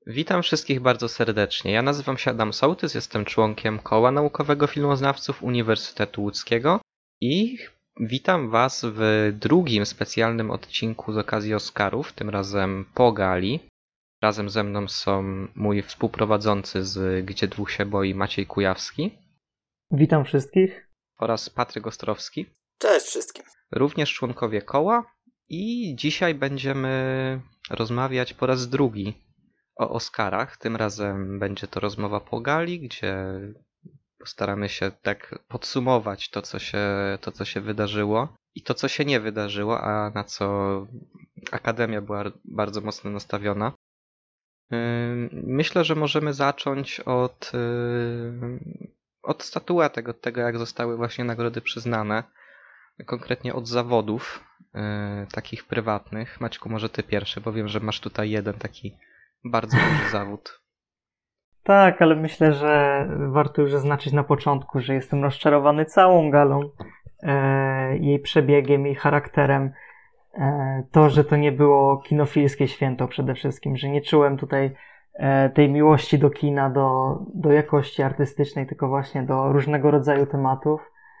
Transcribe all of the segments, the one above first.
Witam wszystkich bardzo serdecznie. Ja nazywam się Adam Sołtys, jestem członkiem Koła Naukowego Filmoznawców Uniwersytetu Łódzkiego i witam Was w drugim specjalnym odcinku z okazji Oscarów, tym razem po gali. Razem ze mną są mój współprowadzący z Gdzie dwóch się boi, Maciej Kujawski. Witam wszystkich. Oraz Patryk Ostrowski. Cześć wszystkim. Również członkowie koła i dzisiaj będziemy rozmawiać po raz drugi o Oscarach. Tym razem będzie to rozmowa po gali, gdzie postaramy się tak podsumować to, co się wydarzyło i to, co się nie wydarzyło, a na co Akademia była bardzo mocno nastawiona. Myślę, że możemy zacząć od statuetek, od tego, jak zostały właśnie nagrody przyznane, konkretnie od zawodów takich prywatnych. Maćku, może ty pierwszy, bo wiem, że masz tutaj jeden taki bardzo duży zawód. Tak, ale myślę, że warto już zaznaczyć na początku, że jestem rozczarowany całą galą, jej przebiegiem, jej charakterem. To, że to nie było kinofilskie święto przede wszystkim, że nie czułem tutaj tej miłości do kina, do jakości artystycznej, tylko właśnie do różnego rodzaju tematów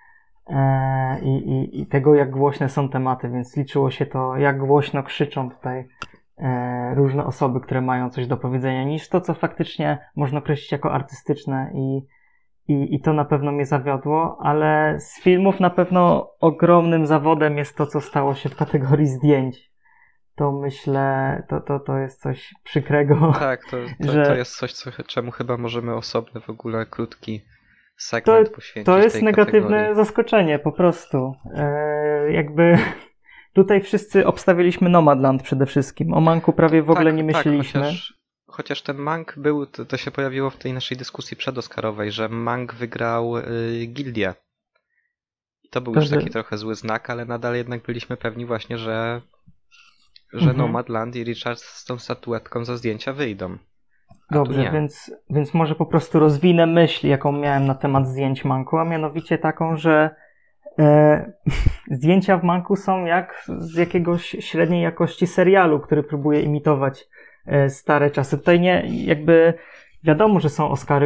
i tego, jak głośne są tematy, więc liczyło się to, jak głośno krzyczą tutaj różne osoby, które mają coś do powiedzenia, niż to, co faktycznie można określić jako artystyczne i to na pewno mnie zawiodło, ale z filmów na pewno ogromnym zawodem jest to, co stało się w kategorii zdjęć. To myślę, to jest coś przykrego. Tak, to jest coś, czemu chyba możemy osobny w ogóle krótki segment poświęcić. To jest tej negatywne kategorii. zaskoczenie po prostu. Jakby tutaj wszyscy obstawiliśmy Nomadland przede wszystkim. O Manku prawie w ogóle nie myśleliśmy. Chociaż ten Mank był, to się pojawiło w tej naszej dyskusji przedoskarowej, że Mank wygrał Gildię. I to był już taki trochę zły znak, ale nadal jednak byliśmy pewni właśnie, że Nomadland i Richard z tą statuetką za zdjęcia wyjdą. Dobrze, więc może po prostu rozwinę myśl, jaką miałem na temat zdjęć Manku, a mianowicie taką, że zdjęcia w Manku są jak z jakiegoś średniej jakości serialu, który próbuje imitować stare czasy. Tutaj nie, jakby wiadomo, że są Oscary,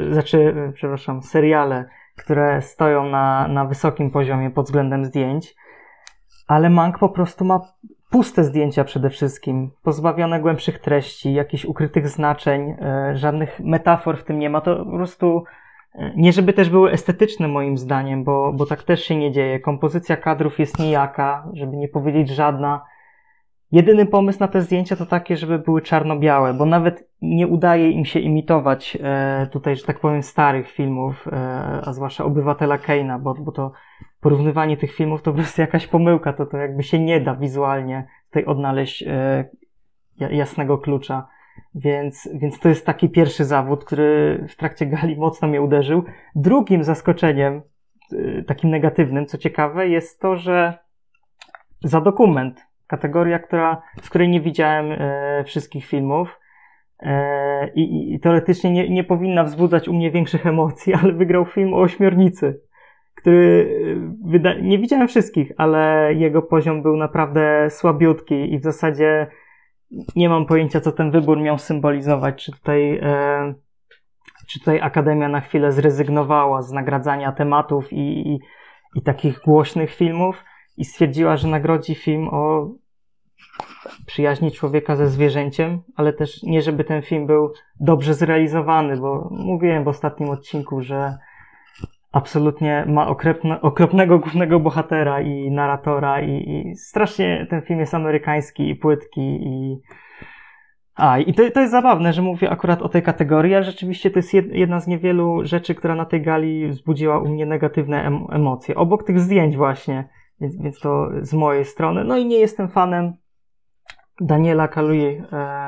seriale, które stoją na wysokim poziomie pod względem zdjęć, ale Mank po prostu ma puste zdjęcia przede wszystkim, pozbawione głębszych treści, jakichś ukrytych znaczeń, żadnych metafor w tym nie ma. To po prostu nie żeby też były estetyczne moim zdaniem, bo tak też się nie dzieje. Kompozycja kadrów jest nijaka, żeby nie powiedzieć żadna. Jedyny pomysł na te zdjęcia to takie, żeby były czarno-białe, bo nawet nie udaje im się imitować tutaj, że tak powiem, starych filmów, a zwłaszcza Obywatela Kane'a, bo to porównywanie tych filmów to po prostu jakaś pomyłka, to jakby się nie da wizualnie tutaj odnaleźć jasnego klucza. Więc to jest taki pierwszy zawód, który w trakcie gali mocno mnie uderzył. Drugim zaskoczeniem, takim negatywnym, co ciekawe, jest to, że za dokument, kategoria, z której nie widziałem wszystkich filmów i teoretycznie nie powinna wzbudzać u mnie większych emocji, ale wygrał film o Ośmiornicy, który nie widziałem wszystkich, ale jego poziom był naprawdę słabiutki i w zasadzie nie mam pojęcia, co ten wybór miał symbolizować. Czy tutaj Akademia na chwilę zrezygnowała z nagradzania tematów i takich głośnych filmów i stwierdziła, że nagrodzi film o przyjaźni człowieka ze zwierzęciem, ale też nie, żeby ten film był dobrze zrealizowany, bo mówiłem w ostatnim odcinku, że absolutnie ma okropnego głównego bohatera i narratora i strasznie ten film jest amerykański i płytki i to jest zabawne, że mówię akurat o tej kategorii, a rzeczywiście to jest jedna z niewielu rzeczy, która na tej gali wzbudziła u mnie negatywne emocje. Obok tych zdjęć właśnie, więc to z mojej strony. No i nie jestem fanem Daniela Kaluuya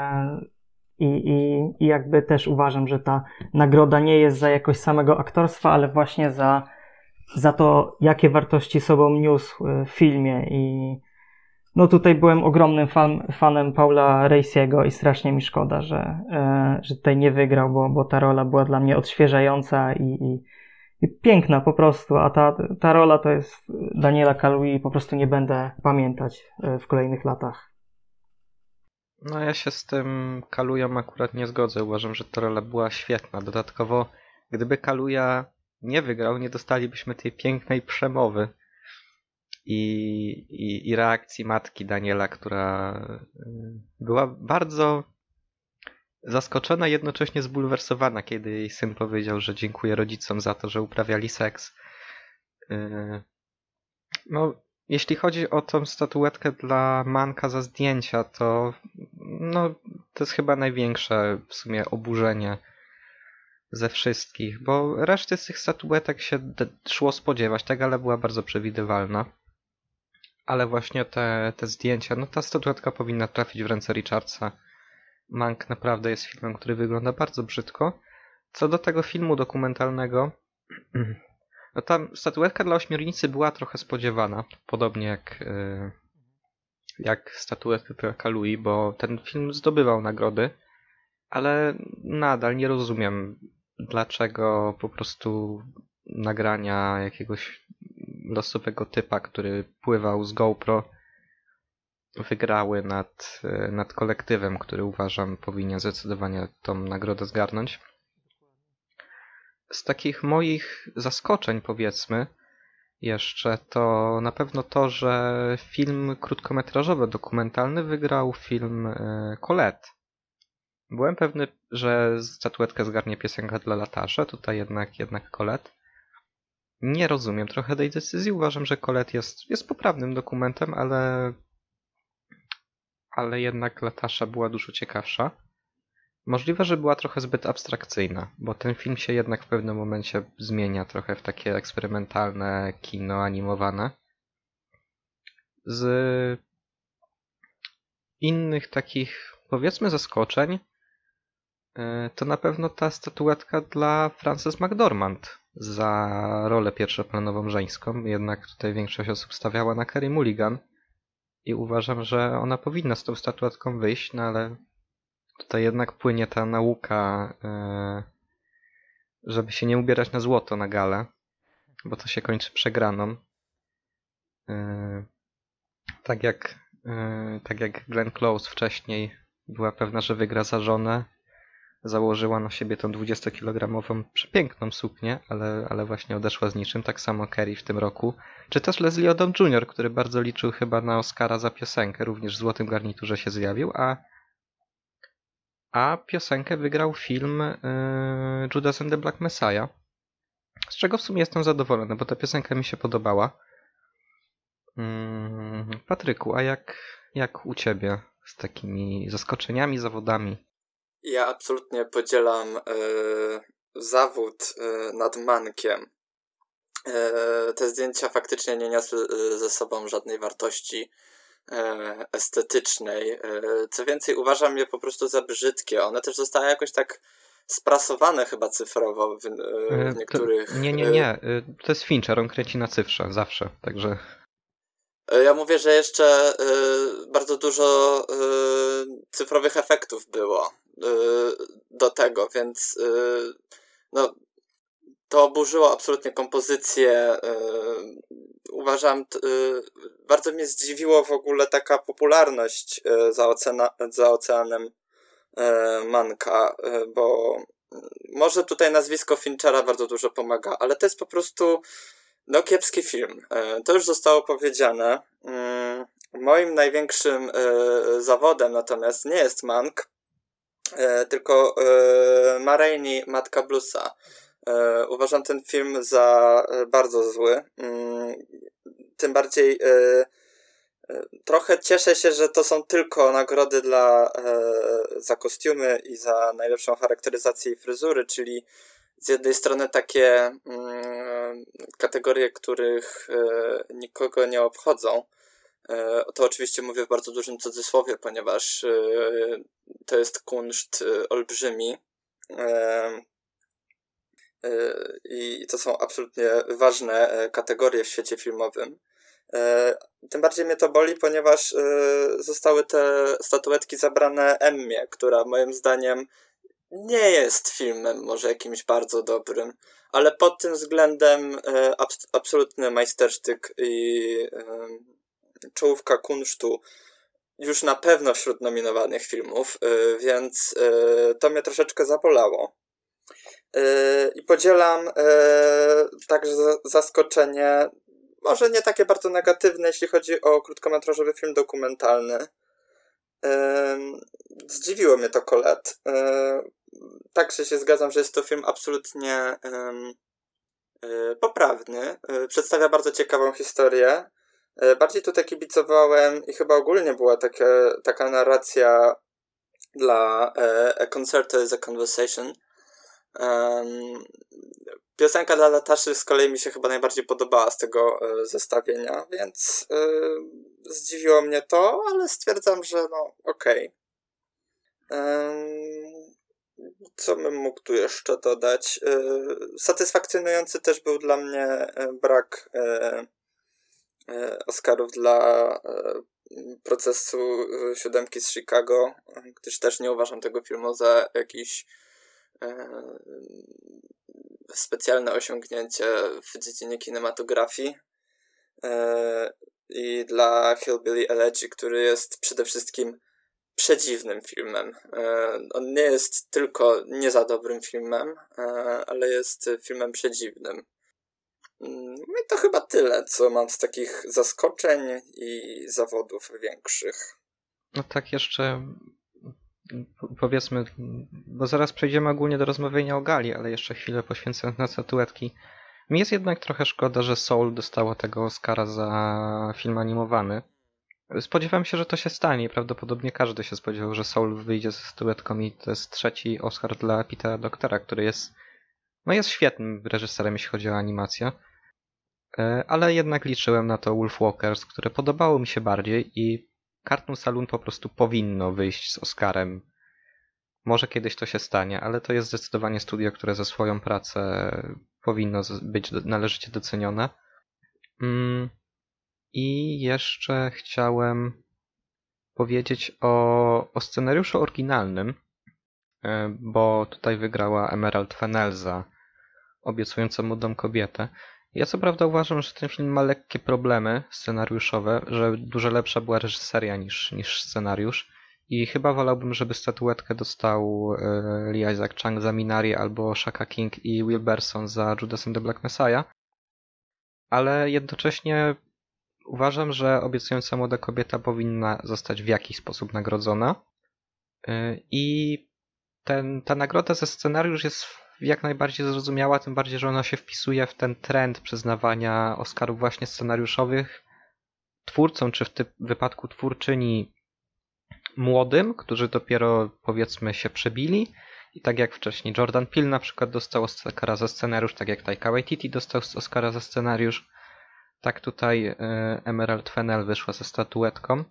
i jakby też uważam, że ta nagroda nie jest za jakość samego aktorstwa, ale właśnie za to, jakie wartości sobą niósł w filmie i no tutaj byłem ogromnym fanem Paula Raciego i strasznie mi szkoda, że tutaj nie wygrał, bo ta rola była dla mnie odświeżająca i piękna po prostu, a ta rola to jest Daniela Kaluuya i po prostu nie będę pamiętać w kolejnych latach. No ja się z tym Kalują akurat nie zgodzę. Uważam, że ta rola była świetna. Dodatkowo, gdyby Kaluja nie wygrał, nie dostalibyśmy tej pięknej przemowy i reakcji matki Daniela, która była bardzo zaskoczona, jednocześnie zbulwersowana, kiedy jej syn powiedział, że dziękuję rodzicom za to, że uprawiali seks. No, jeśli chodzi o tą statuetkę dla Manka za zdjęcia, to no, to jest chyba największe w sumie oburzenie ze wszystkich, bo reszty z tych statuetek się szło spodziewać, ta gala była bardzo przewidywalna. Ale właśnie te zdjęcia, no ta statuetka powinna trafić w ręce Richardsa. Mank naprawdę jest filmem, który wygląda bardzo brzydko. Co do tego filmu dokumentalnego, no ta statuetka dla Ośmiornicy była trochę spodziewana, podobnie jak statuetka dla Kalui, bo ten film zdobywał nagrody, ale nadal nie rozumiem, dlaczego po prostu nagrania jakiegoś losowego typa, który pływał z GoPro, wygrały nad kolektywem, który uważam powinien zdecydowanie tą nagrodę zgarnąć. Z takich moich zaskoczeń, powiedzmy, jeszcze to na pewno to, że film krótkometrażowy, dokumentalny wygrał film Colette. Byłem pewny, że statuetkę zgarnie piosenka dla latarza, tutaj jednak Colette. Nie rozumiem trochę tej decyzji. Uważam, że Colette jest poprawnym dokumentem, ale jednak Latasza była dużo ciekawsza. Możliwe, że była trochę zbyt abstrakcyjna, bo ten film się jednak w pewnym momencie zmienia trochę w takie eksperymentalne kino animowane. Z innych takich, powiedzmy, zaskoczeń to na pewno ta statuetka dla Frances McDormand za rolę pierwszoplanową żeńską. Jednak tutaj większość osób stawiała na Carey Mulligan i uważam, że ona powinna z tą statuetką wyjść, no ale tutaj jednak płynie ta nauka, żeby się nie ubierać na złoto na galę, bo to się kończy przegraną. Tak jak Glenn Close wcześniej była pewna, że wygra za żonę, założyła na siebie tą 20-kilogramową przepiękną suknię, ale właśnie odeszła z niczym. Tak samo Carey w tym roku. Czy też Leslie Odom Jr., który bardzo liczył chyba na Oscara za piosenkę, również w złotym garniturze się zjawił, a piosenkę wygrał film Judas and the Black Messiah, z czego w sumie jestem zadowolony, bo ta piosenka mi się podobała. Patryku, a jak u ciebie z takimi zaskoczeniami, zawodami? Ja absolutnie podzielam zawód nad Mankiem. Te zdjęcia faktycznie nie niosły ze sobą żadnej wartości estetycznej. Co więcej, uważam je po prostu za brzydkie. One też zostały jakoś tak sprasowane chyba cyfrowo w niektórych... Nie. To jest Fincher, on kręci na cyfrze zawsze, także... Ja mówię, że jeszcze bardzo dużo cyfrowych efektów było do tego, więc no, to oburzyło absolutnie kompozycję. Uważam, bardzo mnie zdziwiło w ogóle taka popularność za oceanem Manka, bo może tutaj nazwisko Finchera bardzo dużo pomaga, ale to jest po prostu kiepski film. To już zostało powiedziane. Moim największym zawodem natomiast nie jest Mank, tylko Ma Rainey, Matka Bluesa. Uważam ten film za bardzo zły. Tym bardziej trochę cieszę się, że to są tylko nagrody za kostiumy i za najlepszą charakteryzację i fryzury, czyli z jednej strony takie kategorie, których nikogo nie obchodzą. To oczywiście mówię w bardzo dużym cudzysłowie, ponieważ to jest kunszt olbrzymi. I to są absolutnie ważne kategorie w świecie filmowym. Tym bardziej mnie to boli, ponieważ zostały te statuetki zabrane Emmie, która moim zdaniem nie jest filmem może jakimś bardzo dobrym, ale pod tym względem absolutny majstersztyk i czołówka kunsztu. już na pewno wśród nominowanych filmów, więc to mnie troszeczkę zabolało. I podzielam także zaskoczenie, może nie takie bardzo negatywne, jeśli chodzi o krótkometrażowy film dokumentalny. Zdziwiło mnie to Colette. Także się zgadzam, że jest to film absolutnie poprawny. Przedstawia bardzo ciekawą historię. Bardziej tutaj kibicowałem i chyba ogólnie była taka narracja dla A Concerto is a Conversation. Piosenka dla Nataszy z kolei mi się chyba najbardziej podobała z tego zestawienia, więc zdziwiło mnie to, ale stwierdzam, że no okej. Co bym mógł tu jeszcze dodać? Satysfakcjonujący też był dla mnie brak Oscarów dla procesu siódemki z Chicago, gdyż też nie uważam tego filmu za jakiś specjalne osiągnięcie w dziedzinie kinematografii. I dla Hillbilly Elegy, który jest przede wszystkim przedziwnym filmem. On nie jest tylko nie za dobrym filmem, ale jest filmem przedziwnym. I to chyba tyle, co mam z takich zaskoczeń i zawodów większych. No tak jeszcze powiedzmy, bo zaraz przejdziemy ogólnie do rozmawiania o gali, ale jeszcze chwilę poświęcając na statuetki. Mi jest jednak trochę szkoda, że Soul dostała tego Oscara za film animowany. Spodziewałem się, że to się stanie i prawdopodobnie każdy się spodziewał, że Soul wyjdzie ze statuetką i to jest trzeci Oscar dla Petera Doctera, który jest świetnym reżyserem, jeśli chodzi o animację. Ale jednak liczyłem na to Wolf Walkers, które podobało mi się bardziej i Cartoon Saloon po prostu powinno wyjść z Oscarem. Może kiedyś to się stanie, ale to jest zdecydowanie studio, które za swoją pracę powinno być należycie docenione. I jeszcze chciałem powiedzieć o scenariuszu oryginalnym, bo tutaj wygrała Emerald Fennell za Obiecującą młodą kobietę. Ja co prawda uważam, że ten film ma lekkie problemy scenariuszowe, że dużo lepsza była reżyseria niż scenariusz i chyba wolałbym, żeby statuetkę dostał Lee Isaac Chung za Minari albo Shaka King i Will Berson za Judas and the Black Messiah, ale jednocześnie uważam, że Obiecująca młoda kobieta powinna zostać w jakiś sposób nagrodzona i ta nagroda za scenariusz jest jak najbardziej zrozumiała, tym bardziej, że ona się wpisuje w ten trend przyznawania Oscarów właśnie scenariuszowych twórcom, czy w tym wypadku twórczyni młodym, którzy dopiero powiedzmy się przebili. I tak jak wcześniej Jordan Peele na przykład dostał Oscara za scenariusz, tak jak Taika Waititi dostał Oscara za scenariusz, tak tutaj Emerald Fennell wyszła ze statuetką.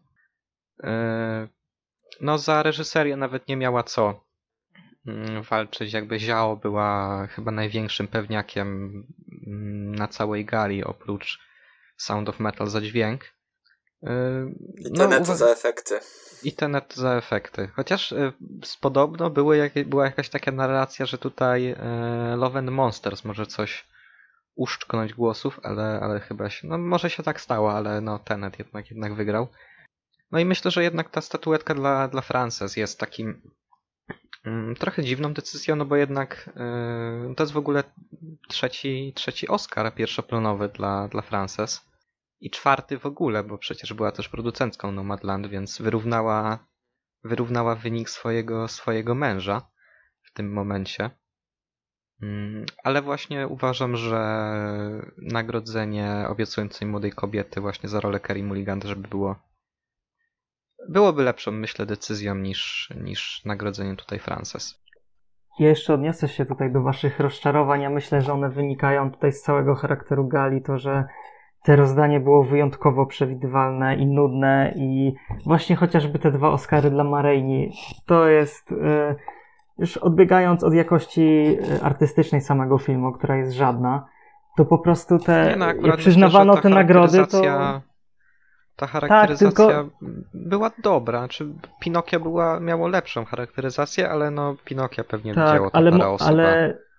No za reżyserię nawet nie miała co walczyć, jakby Zhao była chyba największym pewniakiem na całej gali, oprócz Sound of Metal za dźwięk. I Tenet za efekty. I Tenet za efekty. Chociaż podobno była jakaś taka narracja, że tutaj Love and Monsters może coś uszczknąć głosów, ale chyba się, no może się tak stało, ale no Tenet jednak wygrał. No i myślę, że jednak ta statuetka dla Frances jest takim trochę dziwną decyzją, no bo jednak to jest w ogóle trzeci Oscar pierwszoplanowy dla Frances i czwarty w ogóle, bo przecież była też producentką Nomadland, więc wyrównała wynik swojego męża w tym momencie. Ale właśnie uważam, że nagrodzenie Obiecującej młodej kobiety właśnie za rolę Carey Mulligan, żeby byłoby lepszą, myślę, decyzją niż nagrodzenie tutaj Frances. Ja jeszcze odniosę się tutaj do waszych rozczarowań. Ja myślę, że one wynikają tutaj z całego charakteru gali, to, że te rozdanie było wyjątkowo przewidywalne i nudne i właśnie chociażby te 2 Oscary dla Ma Rainey, to jest już odbiegając od jakości artystycznej samego filmu, która jest żadna, to po prostu jak przyznawano te nagrody, to... Ta charakteryzacja była dobra. Czy Pinokio miało lepszą charakteryzację, ale no Pinokio pewnie widziało to parę osób.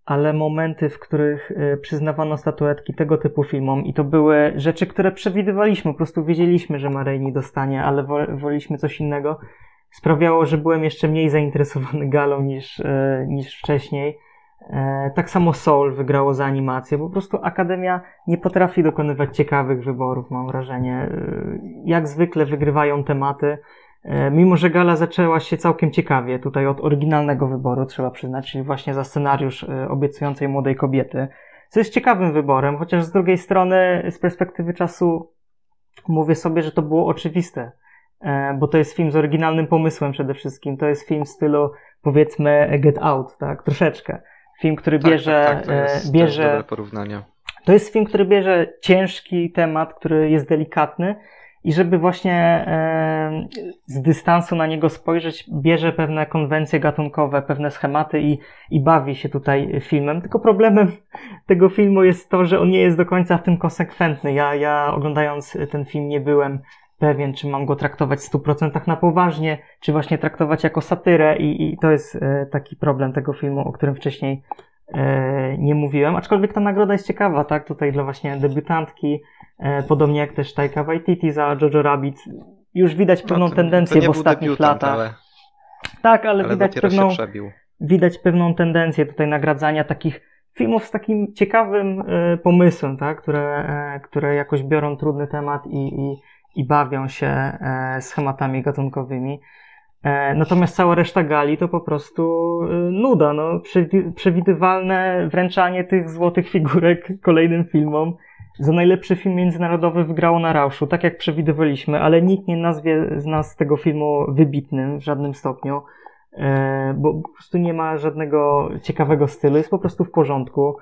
ale momenty, w których przyznawano statuetki tego typu filmom i to były rzeczy, które przewidywaliśmy, po prostu wiedzieliśmy, że Ma Rainey dostanie, ale woleliśmy coś innego, sprawiało, że byłem jeszcze mniej zainteresowany galą niż wcześniej. Tak samo Soul wygrało za animację. Po prostu Akademia nie potrafi dokonywać ciekawych wyborów, mam wrażenie. Jak zwykle wygrywają tematy, mimo że gala zaczęła się całkiem ciekawie. Tutaj od oryginalnego wyboru, trzeba przyznać, czyli właśnie za scenariusz obiecującej młodej kobiety. Co jest ciekawym wyborem, chociaż z drugiej strony, z perspektywy czasu mówię sobie, że to było oczywiste. Bo to jest film z oryginalnym pomysłem przede wszystkim. To jest film w stylu, powiedzmy, Get Out, tak? Troszeczkę. Film, który bierze... Tak, to jest dobre porównanie. To jest film, który bierze ciężki temat, który jest delikatny i żeby właśnie z dystansu na niego spojrzeć, bierze pewne konwencje gatunkowe, pewne schematy i bawi się tutaj filmem. Tylko problemem tego filmu jest to, że on nie jest do końca w tym konsekwentny. Ja oglądając ten film nie byłem pewien, czy mam go traktować w 100% na poważnie, czy właśnie traktować jako satyrę i to jest taki problem tego filmu, o którym wcześniej nie mówiłem, aczkolwiek ta nagroda jest ciekawa, tak, tutaj dla właśnie debiutantki, podobnie jak też Taika Waititi za Jojo Rabbit, już widać pewną tendencję w ostatnich latach. Tak, ale widać pewną tendencję tutaj nagradzania takich filmów z takim ciekawym pomysłem, tak, które jakoś biorą trudny temat i bawią się schematami gatunkowymi. Natomiast cała reszta gali to po prostu nuda, no, przewidywalne wręczanie tych złotych figurek kolejnym filmom. Za najlepszy film międzynarodowy wygrało Na Rauszu, tak jak przewidywaliśmy, ale nikt nie nazwie z nas tego filmu wybitnym w żadnym stopniu, bo po prostu nie ma żadnego ciekawego stylu, jest po prostu w porządku.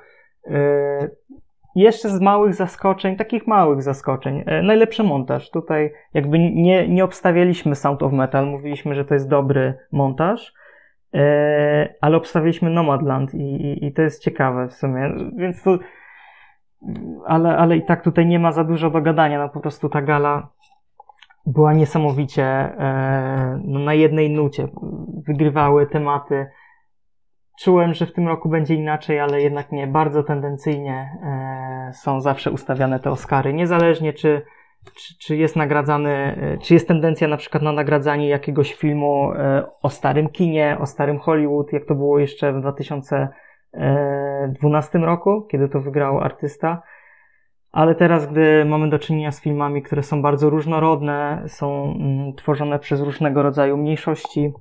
Jeszcze z małych zaskoczeń, takich małych zaskoczeń, najlepszy montaż. Tutaj jakby nie obstawialiśmy Sound of Metal, mówiliśmy, że to jest dobry montaż, ale obstawiliśmy Nomadland i to jest ciekawe w sumie, więc to, ale i tak tutaj nie ma za dużo do gadania, no po prostu ta gala była niesamowicie no, na jednej nucie, wygrywały tematy. Czułem, że w tym roku będzie inaczej, ale jednak nie. Bardzo tendencyjnie są zawsze ustawiane te Oscary. Niezależnie czy jest nagradzany, czy jest tendencja na przykład na nagradzanie jakiegoś filmu o starym kinie, o starym Hollywood, jak to było jeszcze w 2012 roku, kiedy to wygrał Artysta. Ale teraz, gdy mamy do czynienia z filmami, które są bardzo różnorodne, są tworzone przez różnego rodzaju mniejszości,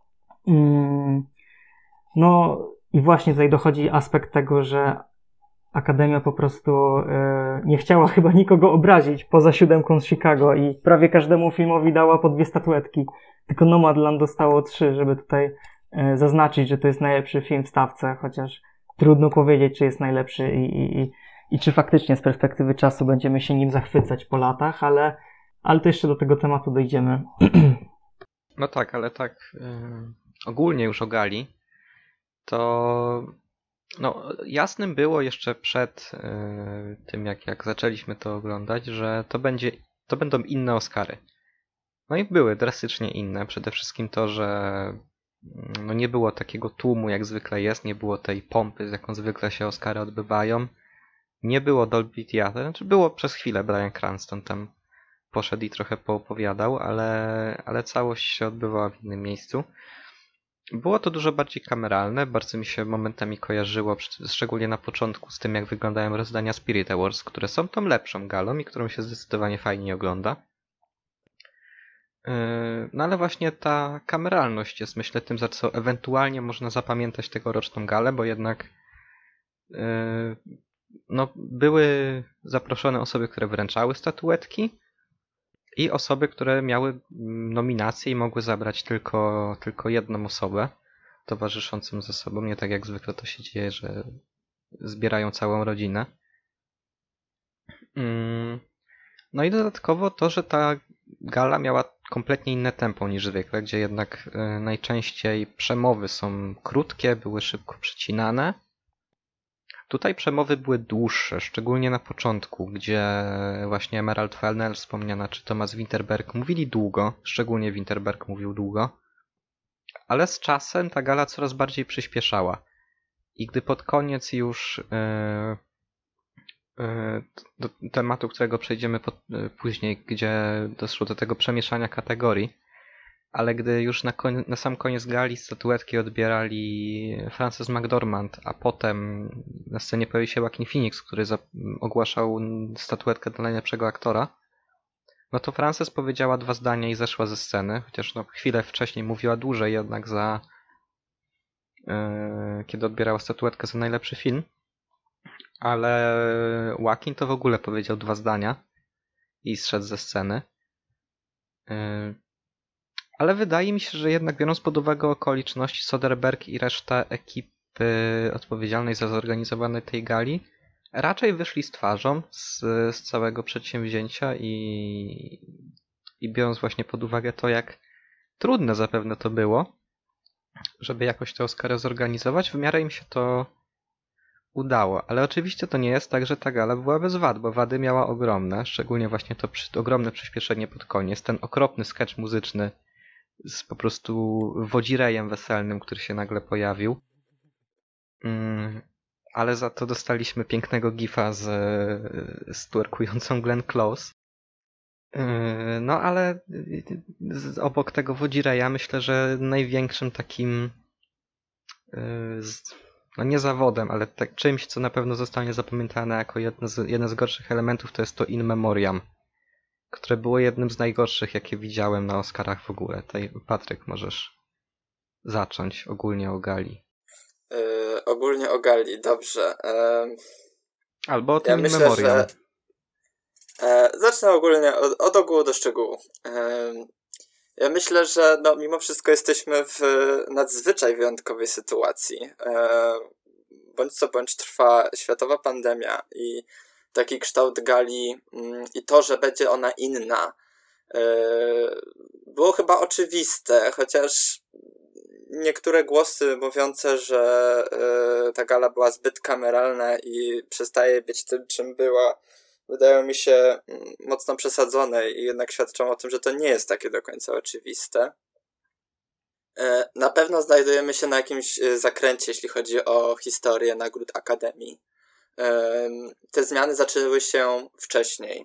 no i właśnie tutaj dochodzi aspekt tego, że Akademia po prostu nie chciała chyba nikogo obrazić poza Siódemką z Chicago i prawie każdemu filmowi dała po 2 statuetki. Tylko Nomadland dostało 3, żeby tutaj zaznaczyć, że to jest najlepszy film w stawce, chociaż trudno powiedzieć, czy jest najlepszy i czy faktycznie z perspektywy czasu będziemy się nim zachwycać po latach, ale to jeszcze do tego tematu dojdziemy. No tak, ale tak ogólnie już o gali, to no, jasnym było jeszcze przed tym, jak zaczęliśmy to oglądać, że to będą inne Oscary. No i były drastycznie inne. Przede wszystkim to, że no nie było takiego tłumu, jak zwykle jest, nie było tej pompy, z jaką zwykle się Oscary odbywają. Nie było Dolby Theatre, znaczy było przez chwilę, Bryan Cranston tam poszedł i trochę poopowiadał, ale całość się odbywała w innym miejscu. Było to dużo bardziej kameralne, bardzo mi się momentami kojarzyło, szczególnie na początku, z tym, jak wyglądają rozdania Spirit Awards, które są tą lepszą galą i którą się zdecydowanie fajnie ogląda. No ale właśnie ta kameralność jest, myślę, tym, za co ewentualnie można zapamiętać tegoroczną galę, bo jednak no, były zaproszone osoby, które wręczały statuetki i osoby, które miały nominacje i mogły zabrać tylko jedną osobę towarzyszącą ze sobą. Nie tak jak zwykle to się dzieje, że zbierają całą rodzinę. No i dodatkowo to, że ta gala miała kompletnie inne tempo niż zwykle, gdzie jednak najczęściej przemowy są krótkie, były szybko przecinane. Tutaj przemowy były dłuższe, szczególnie na początku, gdzie właśnie Emerald Fennell wspomniana, czy Thomas Winterberg mówili długo, szczególnie Winterberg mówił długo, ale z czasem ta gala coraz bardziej przyspieszała. I gdy pod koniec już do tematu, którego przejdziemy później, gdzie doszło do tego przemieszania kategorii, ale gdy już na sam koniec gali statuetki odbierali Frances McDormand, a potem na scenie pojawił się Joaquin Phoenix, który ogłaszał statuetkę dla najlepszego aktora, no to Frances powiedziała 2 zdania i zeszła ze sceny, chociaż chwilę wcześniej mówiła dłużej jednak kiedy odbierała statuetkę za najlepszy film. Ale Joaquin to w ogóle powiedział 2 zdania i zszedł ze sceny. Ale wydaje mi się, że jednak biorąc pod uwagę okoliczności, Soderbergh i reszta ekipy odpowiedzialnej za zorganizowanie tej gali raczej wyszli z twarzą z całego przedsięwzięcia i biorąc właśnie pod uwagę to, jak trudne zapewne to było, żeby jakoś te Oscary zorganizować, w miarę im się to udało. Ale oczywiście to nie jest tak, że ta gala była bez wad, bo wady miała ogromne, szczególnie właśnie to ogromne przyspieszenie pod koniec, ten okropny sketch muzyczny z po prostu wodzirejem weselnym, który się nagle pojawił. Ale za to dostaliśmy pięknego gifa z twerkującą Glenn Close. No ale obok tego wodzireja myślę, że największym takim no nie zawodem, ale tak czymś, co na pewno zostanie zapamiętane jako jeden z gorszych elementów, to jest to In Memoriam, które było jednym z najgorszych, jakie widziałem na Oscarach w ogóle. Tutaj, Patryk, możesz zacząć ogólnie o gali. Ogólnie o gali, dobrze. Albo o tym In Memoriam. Zacznę ogólnie od ogółu do szczegółu. Ja myślę, że no, mimo wszystko jesteśmy w nadzwyczaj wyjątkowej sytuacji. Bądź co bądź trwa światowa pandemia i taki kształt gali i to, że będzie ona inna, było chyba oczywiste, chociaż niektóre głosy mówiące, że ta gala była zbyt kameralna i przestaje być tym, czym była, wydają mi się mocno przesadzone i jednak świadczą o tym, że to nie jest takie do końca oczywiste. Na pewno znajdujemy się na jakimś zakręcie, jeśli chodzi o historię nagród Akademii. Te zmiany zaczęły się wcześniej.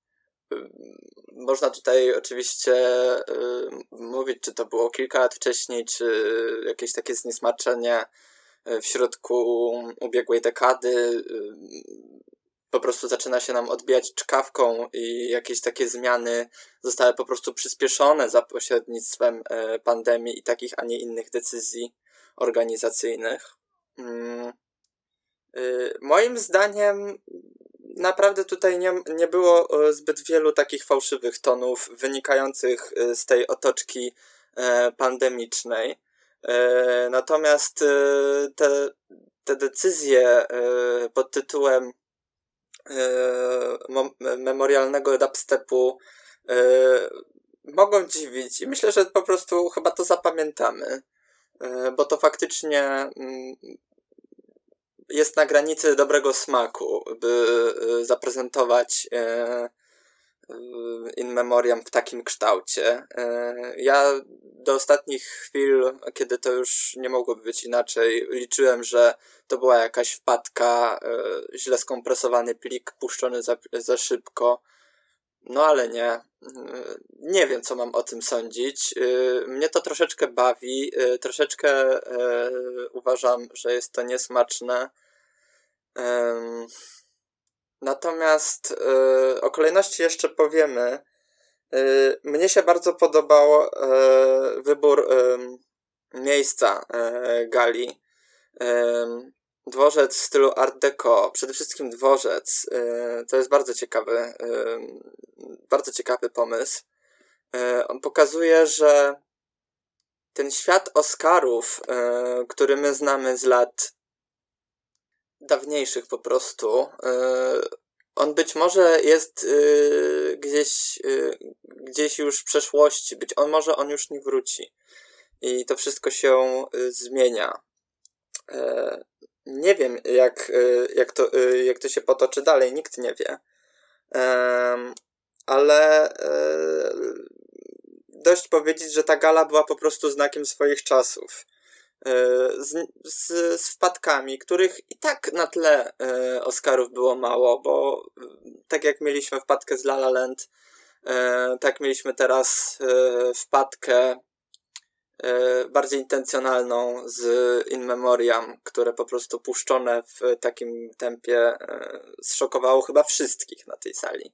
Można tutaj oczywiście mówić, czy to było kilka lat wcześniej, czy jakieś takie zniesmaczenie w środku ubiegłej dekady po prostu zaczyna się nam odbijać czkawką i jakieś takie zmiany zostały po prostu przyspieszone za pośrednictwem pandemii i takich, a nie innych decyzji organizacyjnych. Moim zdaniem naprawdę tutaj nie było zbyt wielu takich fałszywych tonów wynikających z tej otoczki pandemicznej. Natomiast te decyzje pod tytułem memorialnego dubstepu mogą dziwić i myślę, że po prostu chyba to zapamiętamy, bo to faktycznie jest na granicy dobrego smaku, by zaprezentować In Memoriam w takim kształcie. Ja do ostatnich chwil, kiedy to już nie mogłoby być inaczej, liczyłem, że to była jakaś wpadka, źle skompresowany plik puszczony za szybko. No ale nie. Nie wiem, co mam o tym sądzić. Mnie to troszeczkę bawi, troszeczkę uważam, że jest to niesmaczne. Natomiast o kolejności jeszcze powiemy. Mnie się bardzo podobał wybór miejsca gali. Dworzec w stylu Art Deco, przede wszystkim dworzec, to jest bardzo ciekawy pomysł. On pokazuje, że ten świat Oscarów, który my znamy z lat dawniejszych po prostu, on być może jest gdzieś już w przeszłości, może on już nie wróci i to wszystko się zmienia. Nie wiem, jak to się potoczy dalej, nikt nie wie. Ale dość powiedzieć, że ta gala była po prostu znakiem swoich czasów. z wpadkami, których i tak na tle Oscarów było mało, bo tak jak mieliśmy wpadkę z La La Land, tak mieliśmy teraz wpadkę bardziej intencjonalną z In Memoriam, które po prostu puszczone w takim tempie zszokowało chyba wszystkich na tej sali.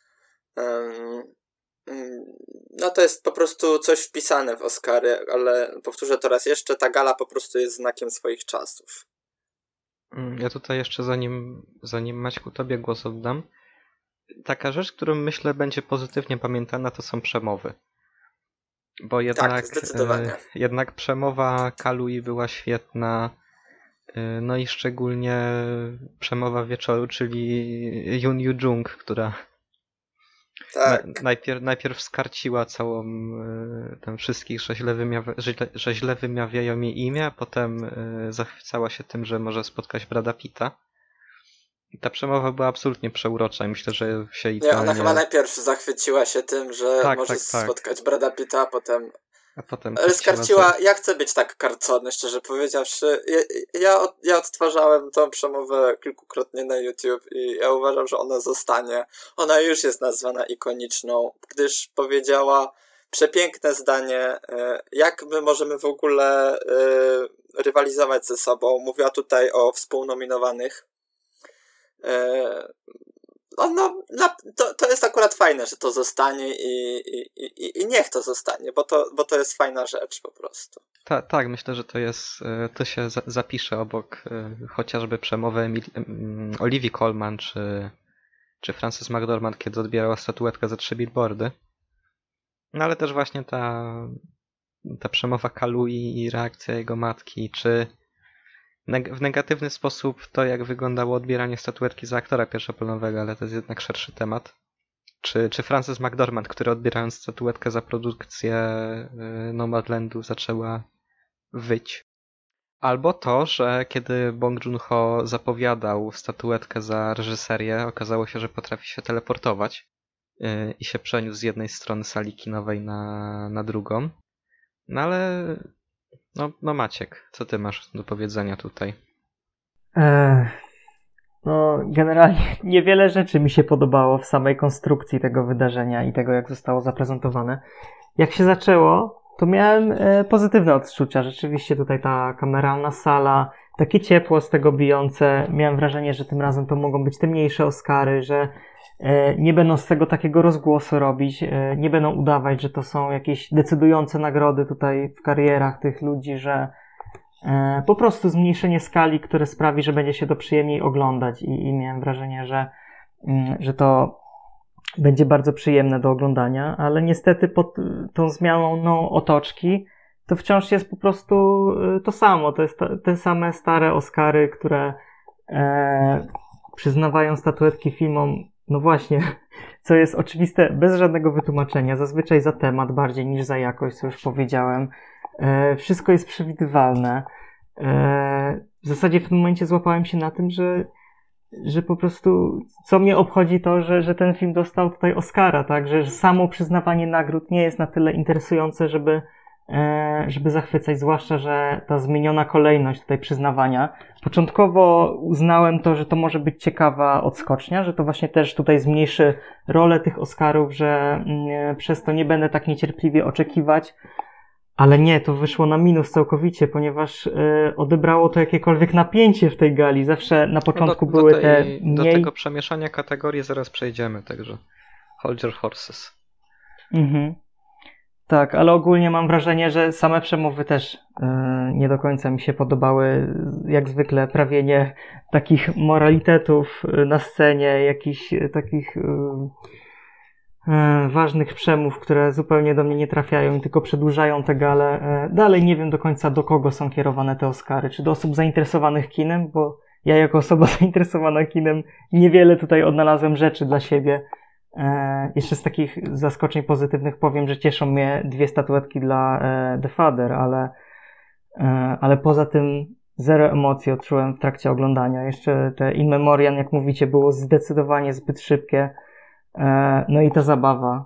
No to jest po prostu coś wpisane w Oscary, ale powtórzę to raz jeszcze, ta gala po prostu jest znakiem swoich czasów. Ja tutaj jeszcze zanim Maćku tobie głos oddam, taka rzecz, którą myślę będzie pozytywnie pamiętana, to są przemowy. Bo Tak, zdecydowanie. Jednak przemowa Kaluuyi była świetna, no i szczególnie przemowa wieczoru, czyli Yoon Yoo-jung, która Tak. najpierw skarciła całą tam wszystkich, że źle wymawiają jej imię, a potem zachwycała się tym, że może spotkać Brada Pitta. I ta przemowa była absolutnie przeurocza i myślę, że się idealnie... Nie, ona chyba najpierw zachwyciła się tym, że może tak. spotkać Brada Pitta, a potem Ale skarciła, ja chcę być tak karcony, szczerze powiedziawszy. Ja odtwarzałem tą przemowę kilkukrotnie na YouTube i ja uważam, że ona zostanie. Ona już jest nazwana ikoniczną, gdyż powiedziała przepiękne zdanie, jak my możemy w ogóle rywalizować ze sobą. Mówiła tutaj o współnominowanych. To jest akurat fajne, że to zostanie i niech to zostanie, bo to jest fajna rzecz po prostu. Tak, myślę, że to się zapisze obok chociażby przemowy Olivii Colman czy Frances McDormand, kiedy odbierała statuetkę za 3 billboardy. No ale też właśnie ta przemowa Kaluuyi i reakcja jego matki, czy w negatywny sposób to, jak wyglądało odbieranie statuetki za aktora pierwszoplanowego, ale to jest jednak szerszy temat. Czy Frances McDormand, która odbierając statuetkę za produkcję Nomadlandu zaczęła wyć. Albo to, że kiedy Bong Joon-ho zapowiadał statuetkę za reżyserię, okazało się, że potrafi się teleportować i się przeniósł z jednej strony sali kinowej na drugą. No ale... No Maciek, co ty masz do powiedzenia tutaj? No generalnie niewiele rzeczy mi się podobało w samej konstrukcji tego wydarzenia i tego, jak zostało zaprezentowane. Jak się zaczęło, to miałem pozytywne odczucia. Rzeczywiście tutaj ta kameralna sala, takie ciepło z tego bijące. Miałem wrażenie, że tym razem to mogą być te mniejsze Oscary, że nie będą z tego takiego rozgłosu robić, nie będą udawać, że to są jakieś decydujące nagrody tutaj w karierach tych ludzi, że po prostu zmniejszenie skali, które sprawi, że będzie się to przyjemniej oglądać i miałem wrażenie, że to będzie bardzo przyjemne do oglądania, ale niestety pod tą zmianą otoczki to wciąż jest po prostu to samo, to jest te same stare Oscary, które przyznawają statuetki filmom, no właśnie, co jest oczywiste, bez żadnego wytłumaczenia, zazwyczaj za temat bardziej niż za jakość, co już powiedziałem. Wszystko jest przewidywalne. W zasadzie w tym momencie złapałem się na tym, że po prostu co mnie obchodzi to, że ten film dostał tutaj Oscara, tak? Że samo przyznawanie nagród nie jest na tyle interesujące, żeby zachwycać, zwłaszcza, że ta zmieniona kolejność tutaj przyznawania. Początkowo uznałem to, że to może być ciekawa odskocznia, że to właśnie też tutaj zmniejszy rolę tych Oscarów, że przez to nie będę tak niecierpliwie oczekiwać. Ale nie, to wyszło na minus całkowicie, ponieważ odebrało to jakiekolwiek napięcie w tej gali. Zawsze na początku były te mniej... Do tego przemieszania kategorii zaraz przejdziemy, także hold your horses. Mhm. Tak, ale ogólnie mam wrażenie, że same przemowy też nie do końca mi się podobały. Jak zwykle prawienie takich moralitetów na scenie, jakichś takich... ważnych przemów, które zupełnie do mnie nie trafiają i tylko przedłużają tę galę. Dalej nie wiem do końca, do kogo są kierowane te Oscary. Czy do osób zainteresowanych kinem, bo ja jako osoba zainteresowana kinem niewiele tutaj odnalazłem rzeczy dla siebie. Jeszcze z takich zaskoczeń pozytywnych powiem, że cieszą mnie 2 statuetki dla The Father, ale poza tym zero emocji odczułem w trakcie oglądania. Jeszcze te In Memoriam, jak mówicie, było zdecydowanie zbyt szybkie. No i ta zabawa,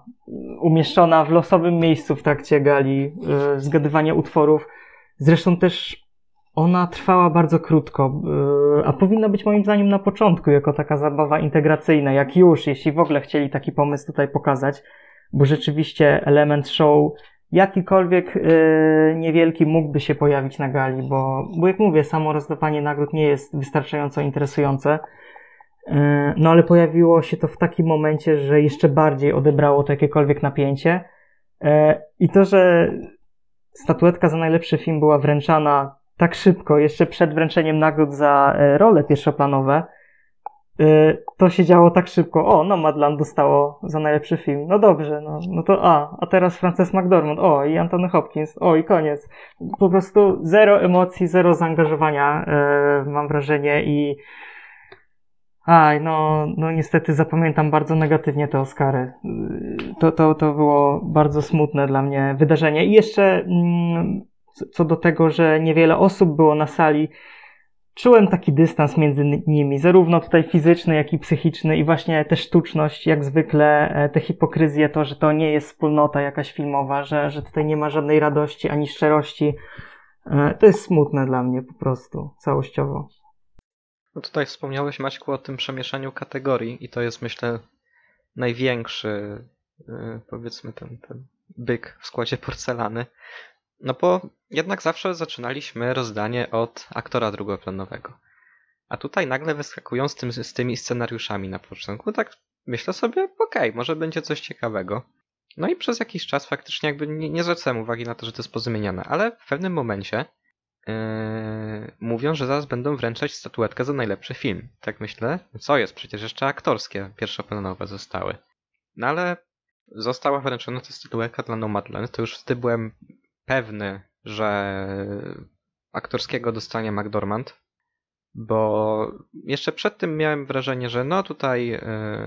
umieszczona w losowym miejscu w trakcie gali, zgadywania utworów. Zresztą też ona trwała bardzo krótko, a powinna być moim zdaniem na początku jako taka zabawa integracyjna, jak już, jeśli w ogóle chcieli taki pomysł tutaj pokazać, bo rzeczywiście element show jakikolwiek niewielki mógłby się pojawić na gali, bo jak mówię, samo rozdawanie nagród nie jest wystarczająco interesujące, no ale pojawiło się to w takim momencie, że jeszcze bardziej odebrało to jakiekolwiek napięcie i to, że statuetka za najlepszy film była wręczana tak szybko, jeszcze przed wręczeniem nagród za role pierwszoplanowe, to się działo tak szybko. O, Nomadland dostało za najlepszy film. No dobrze, no to a teraz Frances McDormand, o i Anthony Hopkins, o i koniec. Po prostu zero emocji, zero zaangażowania, mam wrażenie i no niestety zapamiętam bardzo negatywnie te Oscary. To było bardzo smutne dla mnie wydarzenie. I jeszcze co do tego, że niewiele osób było na sali, czułem taki dystans między nimi, zarówno tutaj fizyczny, jak i psychiczny i właśnie tę sztuczność, jak zwykle, tę hipokryzję, to, że to nie jest wspólnota jakaś filmowa, że tutaj nie ma żadnej radości ani szczerości. To jest smutne dla mnie po prostu, całościowo. No tutaj wspomniałeś, Maćku, o tym przemieszaniu kategorii i to jest, myślę, największy, powiedzmy, ten byk w składzie porcelany. No bo jednak zawsze zaczynaliśmy rozdanie od aktora drugoplanowego. A tutaj nagle wyskakują z tymi scenariuszami na początku, tak myślę sobie, okej, może będzie coś ciekawego. No i przez jakiś czas faktycznie jakby nie zwracałem uwagi na to, że to jest pozmieniane, ale w pewnym momencie mówią, że zaraz będą wręczać statuetkę za najlepszy film. Tak myślę, co jest, przecież jeszcze aktorskie pierwszoplanowe zostały. No ale została wręczona ta statuetka dla Nomadland, to już wtedy byłem pewny, że aktorskiego dostanie McDormand, bo jeszcze przed tym miałem wrażenie, że no tutaj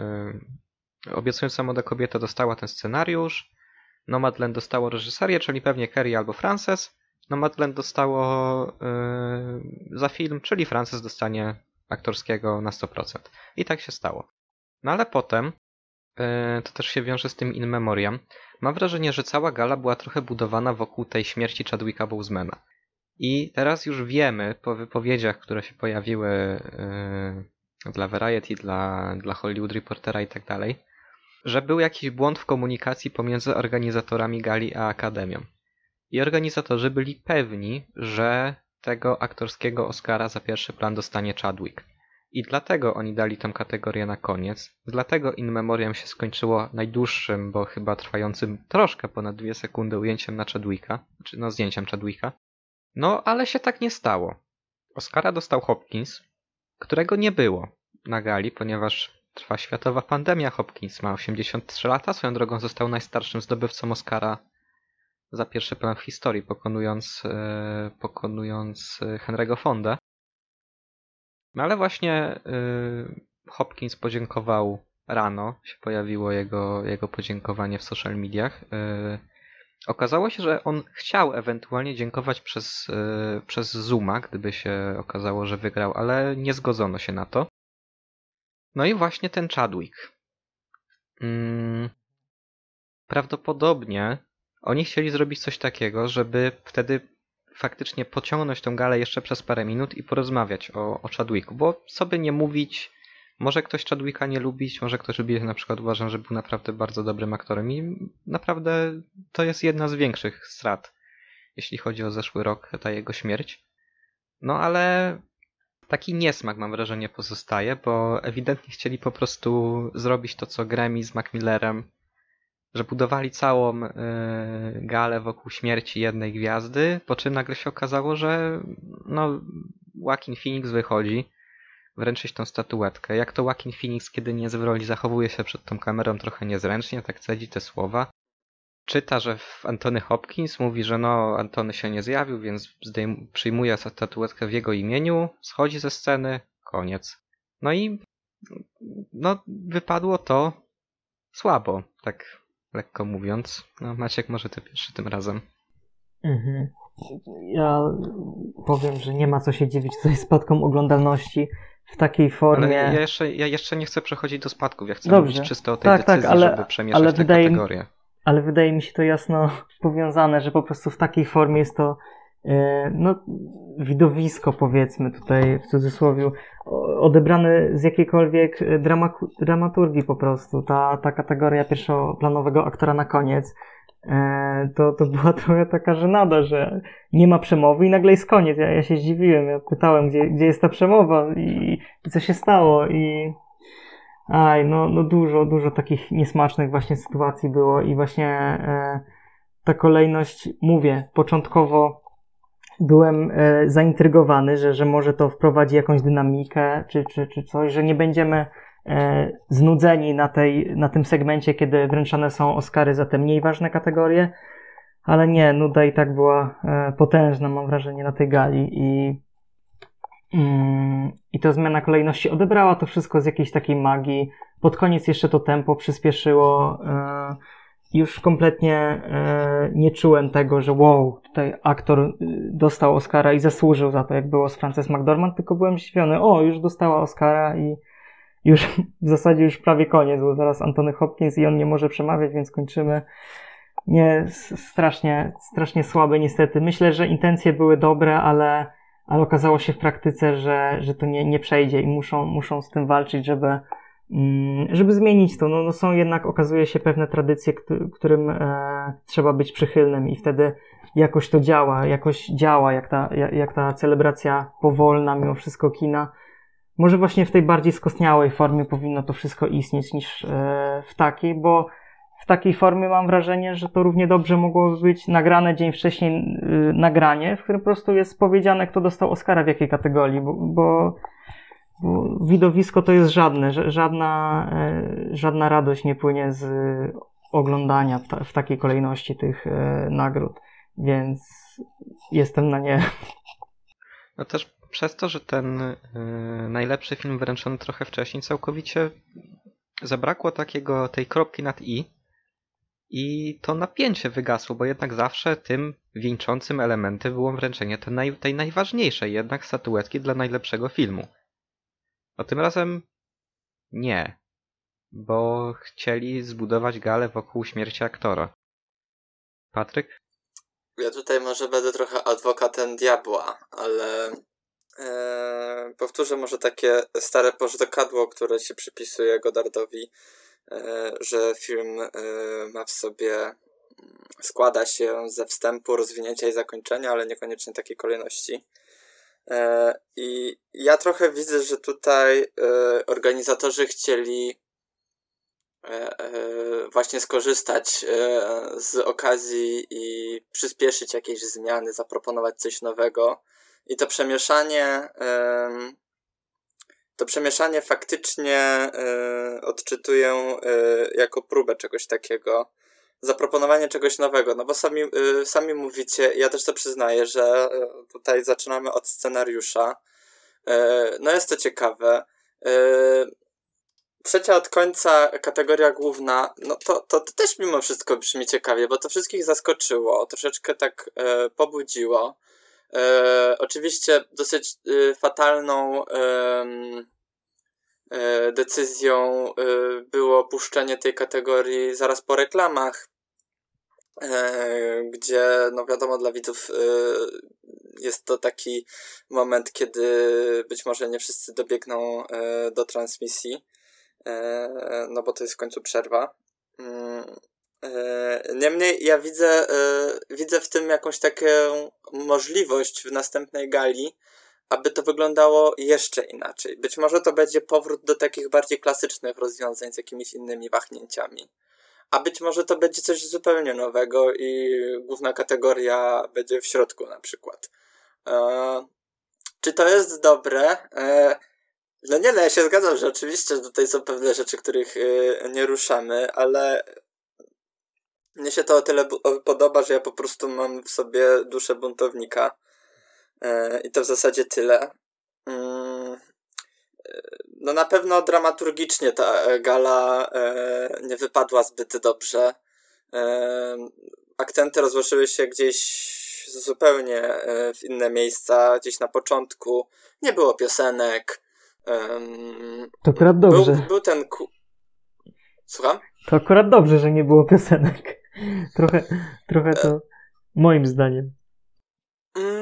Obiecująca młoda kobieta dostała ten scenariusz, Nomadland dostało reżyserię, czyli pewnie Kerry albo Frances, Nomadland dostało za film, czyli Frances dostanie aktorskiego na 100%. I tak się stało. No ale potem, to też się wiąże z tym In Memoriam, mam wrażenie, że cała gala była trochę budowana wokół tej śmierci Chadwicka Bosemana. I teraz już wiemy po wypowiedziach, które się pojawiły dla Variety, dla Hollywood Reportera i tak dalej, że był jakiś błąd w komunikacji pomiędzy organizatorami gali a Akademią. I organizatorzy byli pewni, że tego aktorskiego Oscara za pierwszy plan dostanie Chadwick. I dlatego oni dali tę kategorię na koniec. Dlatego In Memoriam się skończyło najdłuższym, bo chyba trwającym troszkę ponad 2 sekundy ujęciem na Chadwicka, czy no zdjęciem Chadwicka. No, ale się tak nie stało. Oscara dostał Hopkins, którego nie było na gali, ponieważ trwa światowa pandemia. Hopkins ma 83 lata, swoją drogą został najstarszym zdobywcą Oscara za pierwszy plan w historii, pokonując Henry'ego Fondę. No ale właśnie Hopkins podziękował rano, się pojawiło jego podziękowanie w social mediach. Okazało się, że on chciał ewentualnie dziękować przez Zooma, gdyby się okazało, że wygrał, ale nie zgodzono się na to. No i właśnie ten Chadwick. Prawdopodobnie oni chcieli zrobić coś takiego, żeby wtedy faktycznie pociągnąć tą galę jeszcze przez parę minut i porozmawiać o Chadwicku, bo co by nie mówić, może ktoś Chadwicka nie lubić, może ktoś lubi, na przykład uważam, że był naprawdę bardzo dobrym aktorem i naprawdę to jest jedna z większych strat, jeśli chodzi o zeszły rok, ta jego śmierć. No ale taki niesmak, mam wrażenie, pozostaje, bo ewidentnie chcieli po prostu zrobić to, co Grammy z Macmillerem, że budowali całą galę wokół śmierci jednej gwiazdy, po czym nagle się okazało, że no, Joaquin Phoenix wychodzi wręczyć tą statuetkę. Jak to Joaquin Phoenix, kiedy nie jest w roli, zachowuje się przed tą kamerą trochę niezręcznie, tak cedzi te słowa. Czyta, że Anthony Hopkins mówi, że no, Antony się nie zjawił, więc przyjmuje statuetkę w jego imieniu, schodzi ze sceny, koniec. No i no, wypadło to słabo, tak lekko mówiąc. No, Maciek, może ty pierwszy tym razem. Ja powiem, że nie ma co się dziwić tutaj spadkom oglądalności w takiej formie. Ale ja jeszcze nie chcę przechodzić do spadków. Ja chcę mówić czysto o tej decyzji, żeby przemieszać te kategorie. Ale wydaje mi się to jasno powiązane, że po prostu w takiej formie jest to no, widowisko, powiedzmy tutaj w cudzysłowie, odebrane z jakiejkolwiek dramaturgii po prostu. Ta kategoria pierwszoplanowego aktora na koniec, to była trochę taka żenada, że nie ma przemowy i nagle jest koniec. Ja się zdziwiłem, ja pytałem, gdzie jest ta przemowa i co się stało no dużo takich niesmacznych właśnie sytuacji było i właśnie ta kolejność, mówię, początkowo byłem zaintrygowany, że może to wprowadzi jakąś dynamikę czy coś, że nie będziemy znudzeni na tym segmencie, kiedy wręczane są Oscary za te mniej ważne kategorie, ale nie, nuda i tak była potężna, mam wrażenie, na tej gali i ta zmiana kolejności odebrała to wszystko z jakiejś takiej magii. Pod koniec jeszcze to tempo przyspieszyło. Już kompletnie nie czułem tego, że wow, tutaj aktor dostał Oscara i zasłużył za to, jak było z Frances McDormand, tylko byłem zdziwiony, już dostała Oscara i już w zasadzie już prawie koniec, bo zaraz Anthony Hopkins i on nie może przemawiać, więc kończymy. Nie, strasznie słabe niestety. Myślę, że intencje były dobre, ale okazało się w praktyce, że to nie przejdzie i muszą z tym walczyć, żeby zmienić to. No są jednak, okazuje się, pewne tradycje, którym trzeba być przychylnym i wtedy jakoś to działa, jak ta celebracja powolna, mimo wszystko kina. Może właśnie w tej bardziej skostniałej formie powinno to wszystko istnieć niż w takiej, bo w takiej formie mam wrażenie, że to równie dobrze mogłoby być nagrane dzień wcześniej nagranie, w którym po prostu jest powiedziane, kto dostał Oscara w jakiej kategorii, bo widowisko to jest żadna radość nie płynie z oglądania w takiej kolejności tych nagród, więc jestem na nie. No też przez to, że ten najlepszy film wręczony trochę wcześniej, całkowicie zabrakło tej kropki nad i to napięcie wygasło, bo jednak zawsze tym wieńczącym elementem było wręczenie tej najważniejszej jednak statuetki dla najlepszego filmu. A tym razem nie, bo chcieli zbudować galę wokół śmierci aktora. Patryk? Ja tutaj może będę trochę adwokatem diabła, ale powtórzę może takie stare pożdżakadło, które się przypisuje Goddardowi, że film ma w sobie, składa się ze wstępu, rozwinięcia i zakończenia, ale niekoniecznie takiej kolejności. I ja trochę widzę, że tutaj organizatorzy chcieli właśnie skorzystać z okazji i przyspieszyć jakieś zmiany, zaproponować coś nowego. I to przemieszanie faktycznie odczytuję jako próbę czegoś takiego. Zaproponowanie czegoś nowego, no bo sami mówicie, ja też to przyznaję, że tutaj zaczynamy od scenariusza. No jest to ciekawe. Trzecia od końca kategoria główna, no to też mimo wszystko brzmi ciekawie, bo to wszystkich zaskoczyło, troszeczkę tak pobudziło. Oczywiście dosyć fatalną decyzją było puszczenie tej kategorii zaraz po reklamach, gdzie no wiadomo, dla widzów jest to taki moment, kiedy być może nie wszyscy dobiegną do transmisji, no bo to jest w końcu przerwa. Niemniej ja widzę w tym jakąś taką możliwość w następnej gali, aby to wyglądało jeszcze inaczej. Być może to będzie powrót do takich bardziej klasycznych rozwiązań z jakimiś innymi wahnięciami. A być może to będzie coś zupełnie nowego i główna kategoria będzie w środku na przykład. Czy to jest dobre? No ja się zgadzam, że oczywiście tutaj są pewne rzeczy, których nie ruszamy, ale mnie się to o tyle podoba, że ja po prostu mam w sobie duszę buntownika. I to w zasadzie tyle. No na pewno dramaturgicznie ta gala nie wypadła zbyt dobrze. Akcenty rozłożyły się gdzieś zupełnie w inne miejsca, gdzieś na początku. Nie było piosenek. To akurat dobrze. Był ten... Słucham? To akurat dobrze, że nie było piosenek. Trochę to moim zdaniem.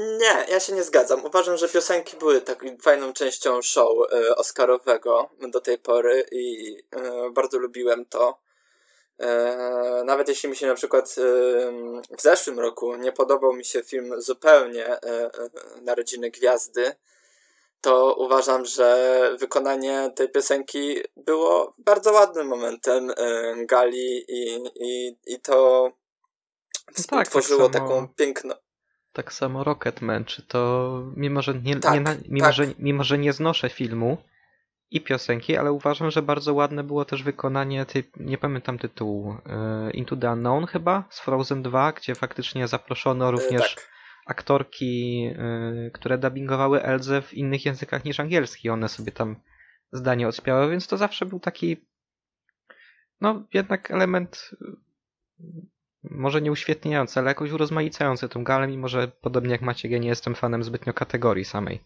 Nie, ja się nie zgadzam. Uważam, że piosenki były taką fajną częścią show oscarowego do tej pory i bardzo lubiłem to. Nawet jeśli mi się na przykład w zeszłym roku nie podobał mi się film zupełnie Narodziny Gwiazdy, to uważam, że wykonanie tej piosenki było bardzo ładnym momentem gali i to współtworzyło taką piękną... Tak samo Rocketman, czy to mimo że nie znoszę filmu i piosenki, ale uważam, że bardzo ładne było też wykonanie nie pamiętam tytułu, Into the Unknown chyba, z Frozen 2, gdzie faktycznie zaproszono również aktorki, które dubbingowały Elzę w innych językach niż angielski. One sobie tam zdanie odśpiewały, więc to zawsze był taki jednak element może nie uświetniający, ale jakoś urozmaicający tą galę, mimo że podobnie jak Maciek, ja nie jestem fanem zbytnio kategorii samej.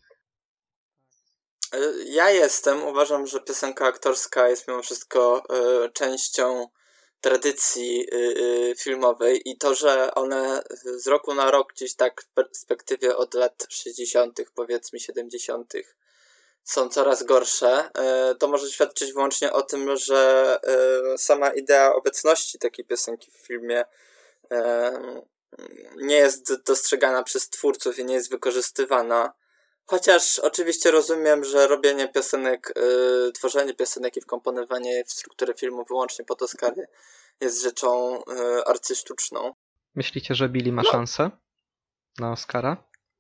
Ja jestem. Uważam, że piosenka aktorska jest mimo wszystko częścią tradycji filmowej i to, że one z roku na rok gdzieś tak w perspektywie od lat 60., powiedzmy 70., są coraz gorsze, to może świadczyć wyłącznie o tym, że sama idea obecności takiej piosenki w filmie nie jest dostrzegana przez twórców i nie jest wykorzystywana. Chociaż oczywiście rozumiem, że robienie piosenek, tworzenie piosenek i wkomponowanie je w strukturę filmu wyłącznie pod Oscary jest rzeczą arcysztuczną. Myślicie, że Billie ma szansę na Oscara?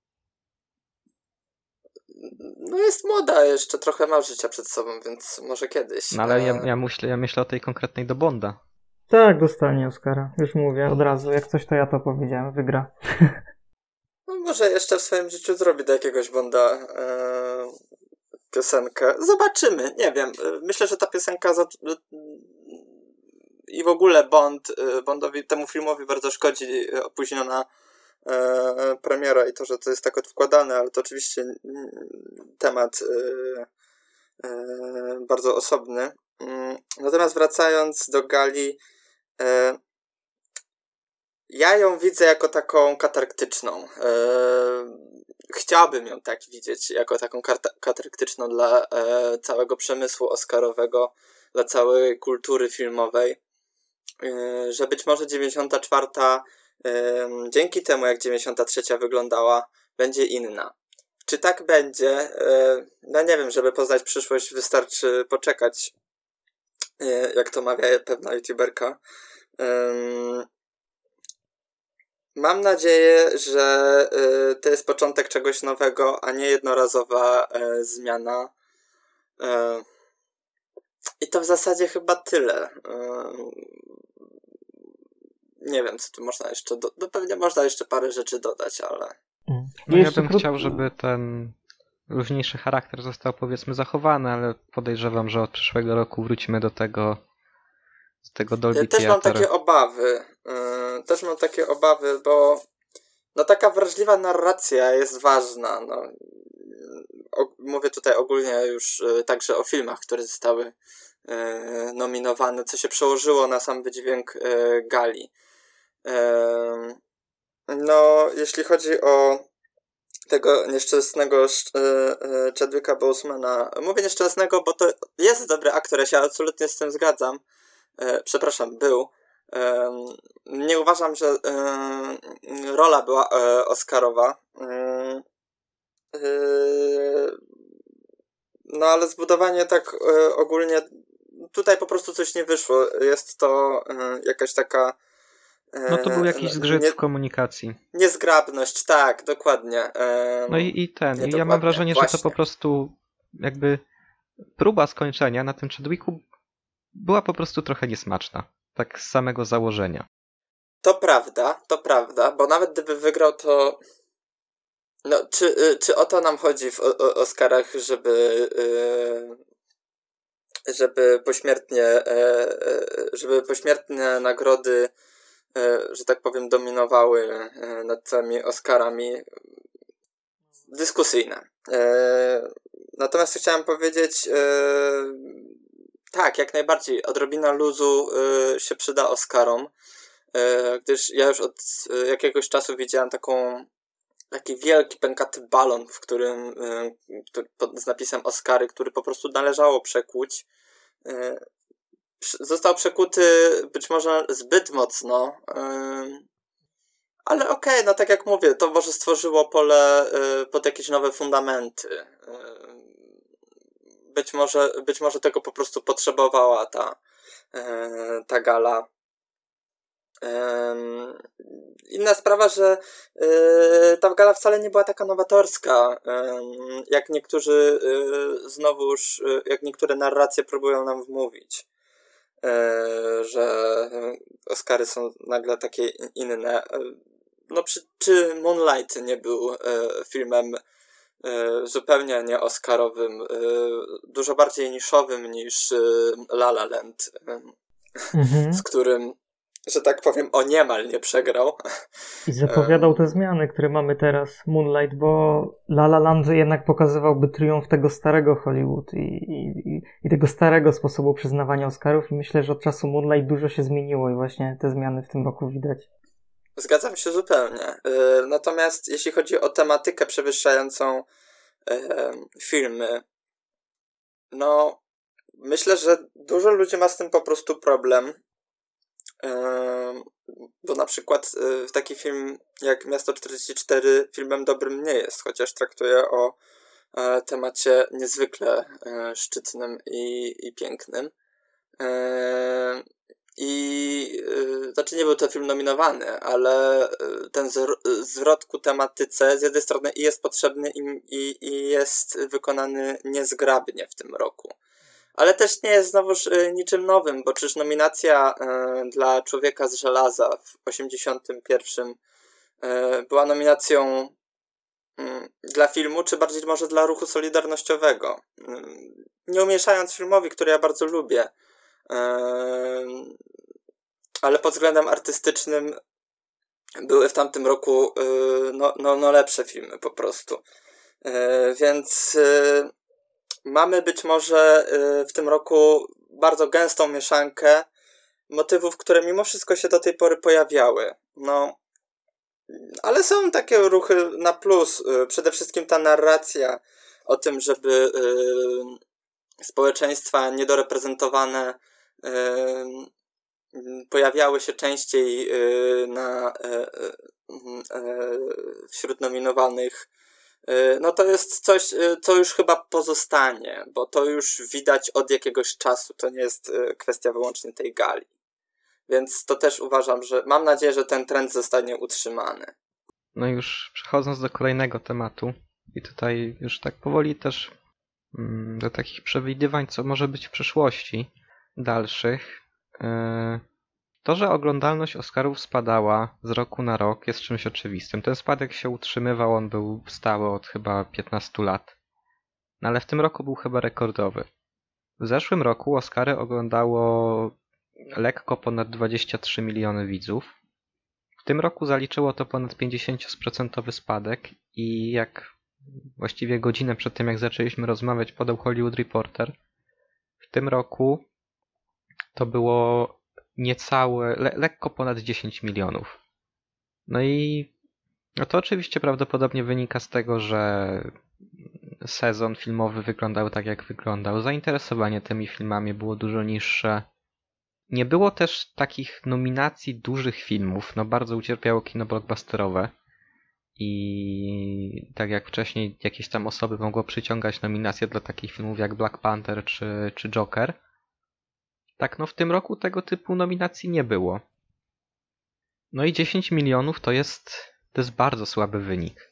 No jest młoda, jeszcze trochę ma życia przed sobą, więc może kiedyś. No ale ja myślę o tej konkretnej do Bonda. Tak, dostanie Oscara. Już mówię od razu. Jak coś, to ja to powiedziałem. Wygra. No może jeszcze w swoim życiu zrobi do jakiegoś Bonda piosenkę. Zobaczymy, nie wiem. Myślę, że ta piosenka i w ogóle Bondowi, temu filmowi bardzo szkodzi opóźniona premiera i to, że to jest tak odkładane, ale to oczywiście temat bardzo osobny. Natomiast wracając do gali, ja ją widzę jako taką katarktyczną. Chciałbym ją tak widzieć, jako taką katarktyczną dla całego przemysłu oscarowego, dla całej kultury filmowej, że być może 94. Dzięki temu, jak 93. wyglądała, będzie inna. Czy tak będzie? No nie wiem, żeby poznać przyszłość, wystarczy poczekać, jak to mawia pewna youtuberka. Mam nadzieję, że to jest początek czegoś nowego, a nie jednorazowa zmiana. I to w zasadzie chyba tyle. Nie wiem, co tu można jeszcze... pewnie można jeszcze parę rzeczy dodać, ale... No ja bym chciał, żeby ten luźniejszy charakter został, powiedzmy, zachowany, ale podejrzewam, że od przyszłego roku wrócimy do tego Dolby Też mam takie obawy. Też mam takie obawy, bo taka wrażliwa narracja jest ważna. Mówię tutaj ogólnie już także o filmach, które zostały nominowane, co się przełożyło na sam wydźwięk gali. Jeśli chodzi o tego nieszczęsnego Chadwicka Bosemana, mówię nieszczęsnego, bo to jest dobry aktor, ja się absolutnie z tym zgadzam. Przepraszam, był. Nie uważam, że rola była oscarowa. Ale zbudowanie tak ogólnie tutaj po prostu coś nie wyszło. Jest to jakaś taka to był jakiś zgrzyt w komunikacji. Niezgrabność, tak, dokładnie. Ja mam wrażenie, właśnie, że to po prostu jakby próba skończenia na tym Chadwicku była po prostu trochę niesmaczna. Tak z samego założenia. To prawda, bo nawet gdyby wygrał, to czy o to nam chodzi w Oscarach, żeby pośmiertne nagrody, że tak powiem, dominowały nad całymi Oscarami? Dyskusyjne. Natomiast chciałem powiedzieć, tak, jak najbardziej, odrobina luzu się przyda Oscarom, gdyż ja już od jakiegoś czasu widziałem taką taki wielki, pękaty balon, z napisem Oscary, który po prostu należało przekłuć. Został przekuty być może zbyt mocno, ale okej, no tak jak mówię, to może stworzyło pole pod jakieś nowe fundamenty. Być może tego po prostu potrzebowała ta gala. Inna sprawa, że ta gala wcale nie była taka nowatorska, jak niektórzy jak niektóre narracje próbują nam wmówić, że Oscary są nagle takie inne. No czy Moonlight nie był filmem zupełnie nie oscarowym, dużo bardziej niszowym niż La La Land, z którym, że tak powiem, niemal nie przegrał. I zapowiadał te zmiany, które mamy teraz, Moonlight, bo La La Land jednak pokazywałby triumf tego starego Hollywood i tego starego sposobu przyznawania Oscarów i myślę, że od czasu Moonlight dużo się zmieniło i właśnie te zmiany w tym roku widać. Zgadzam się zupełnie. Natomiast jeśli chodzi o tematykę przewyższającą filmy, no myślę, że dużo ludzi ma z tym po prostu problem, bo na przykład taki film jak Miasto 44 filmem dobrym nie jest, chociaż traktuje o temacie niezwykle szczytnym i pięknym. Znaczy nie był to film nominowany, ale ten zwrot ku tematyce z jednej strony i jest potrzebny i jest wykonany niezgrabnie w tym roku. Ale też nie jest znowuż niczym nowym, bo czyż nominacja dla Człowieka z żelaza w 81 była nominacją dla filmu, czy bardziej może dla ruchu solidarnościowego. Nie umieszając filmowi, który ja bardzo lubię, ale pod względem artystycznym były w tamtym roku lepsze filmy po prostu. Więc mamy być może w tym roku bardzo gęstą mieszankę motywów, które mimo wszystko się do tej pory pojawiały. No, ale są takie ruchy na plus. Przede wszystkim ta narracja o tym, żeby społeczeństwa niedoreprezentowane pojawiały się częściej wśród nominowanych. No to jest coś, co już chyba pozostanie, bo to już widać od jakiegoś czasu. To nie jest kwestia wyłącznie tej gali. Więc to też uważam, że mam nadzieję, że ten trend zostanie utrzymany. No już przechodząc do kolejnego tematu i tutaj już tak powoli też do takich przewidywań, co może być w przyszłości dalszych. To, że oglądalność Oscarów spadała z roku na rok, jest czymś oczywistym. Ten spadek się utrzymywał, on był stały od chyba 15 lat. No ale w tym roku był chyba rekordowy. W zeszłym roku Oscary oglądało lekko ponad 23 miliony widzów. W tym roku zaliczyło to ponad 50% spadek i jak właściwie godzinę przed tym, jak zaczęliśmy rozmawiać, podał Hollywood Reporter, w tym roku to było lekko ponad 10 milionów. No i to oczywiście prawdopodobnie wynika z tego, że sezon filmowy wyglądał tak, jak wyglądał. Zainteresowanie tymi filmami było dużo niższe. Nie było też takich nominacji dużych filmów. No bardzo ucierpiało kino blockbusterowe. I tak jak wcześniej jakieś tam osoby mogło przyciągać nominacje dla takich filmów jak Black Panther czy Joker. Tak, no w tym roku tego typu nominacji nie było. No i 10 milionów to jest bardzo słaby wynik.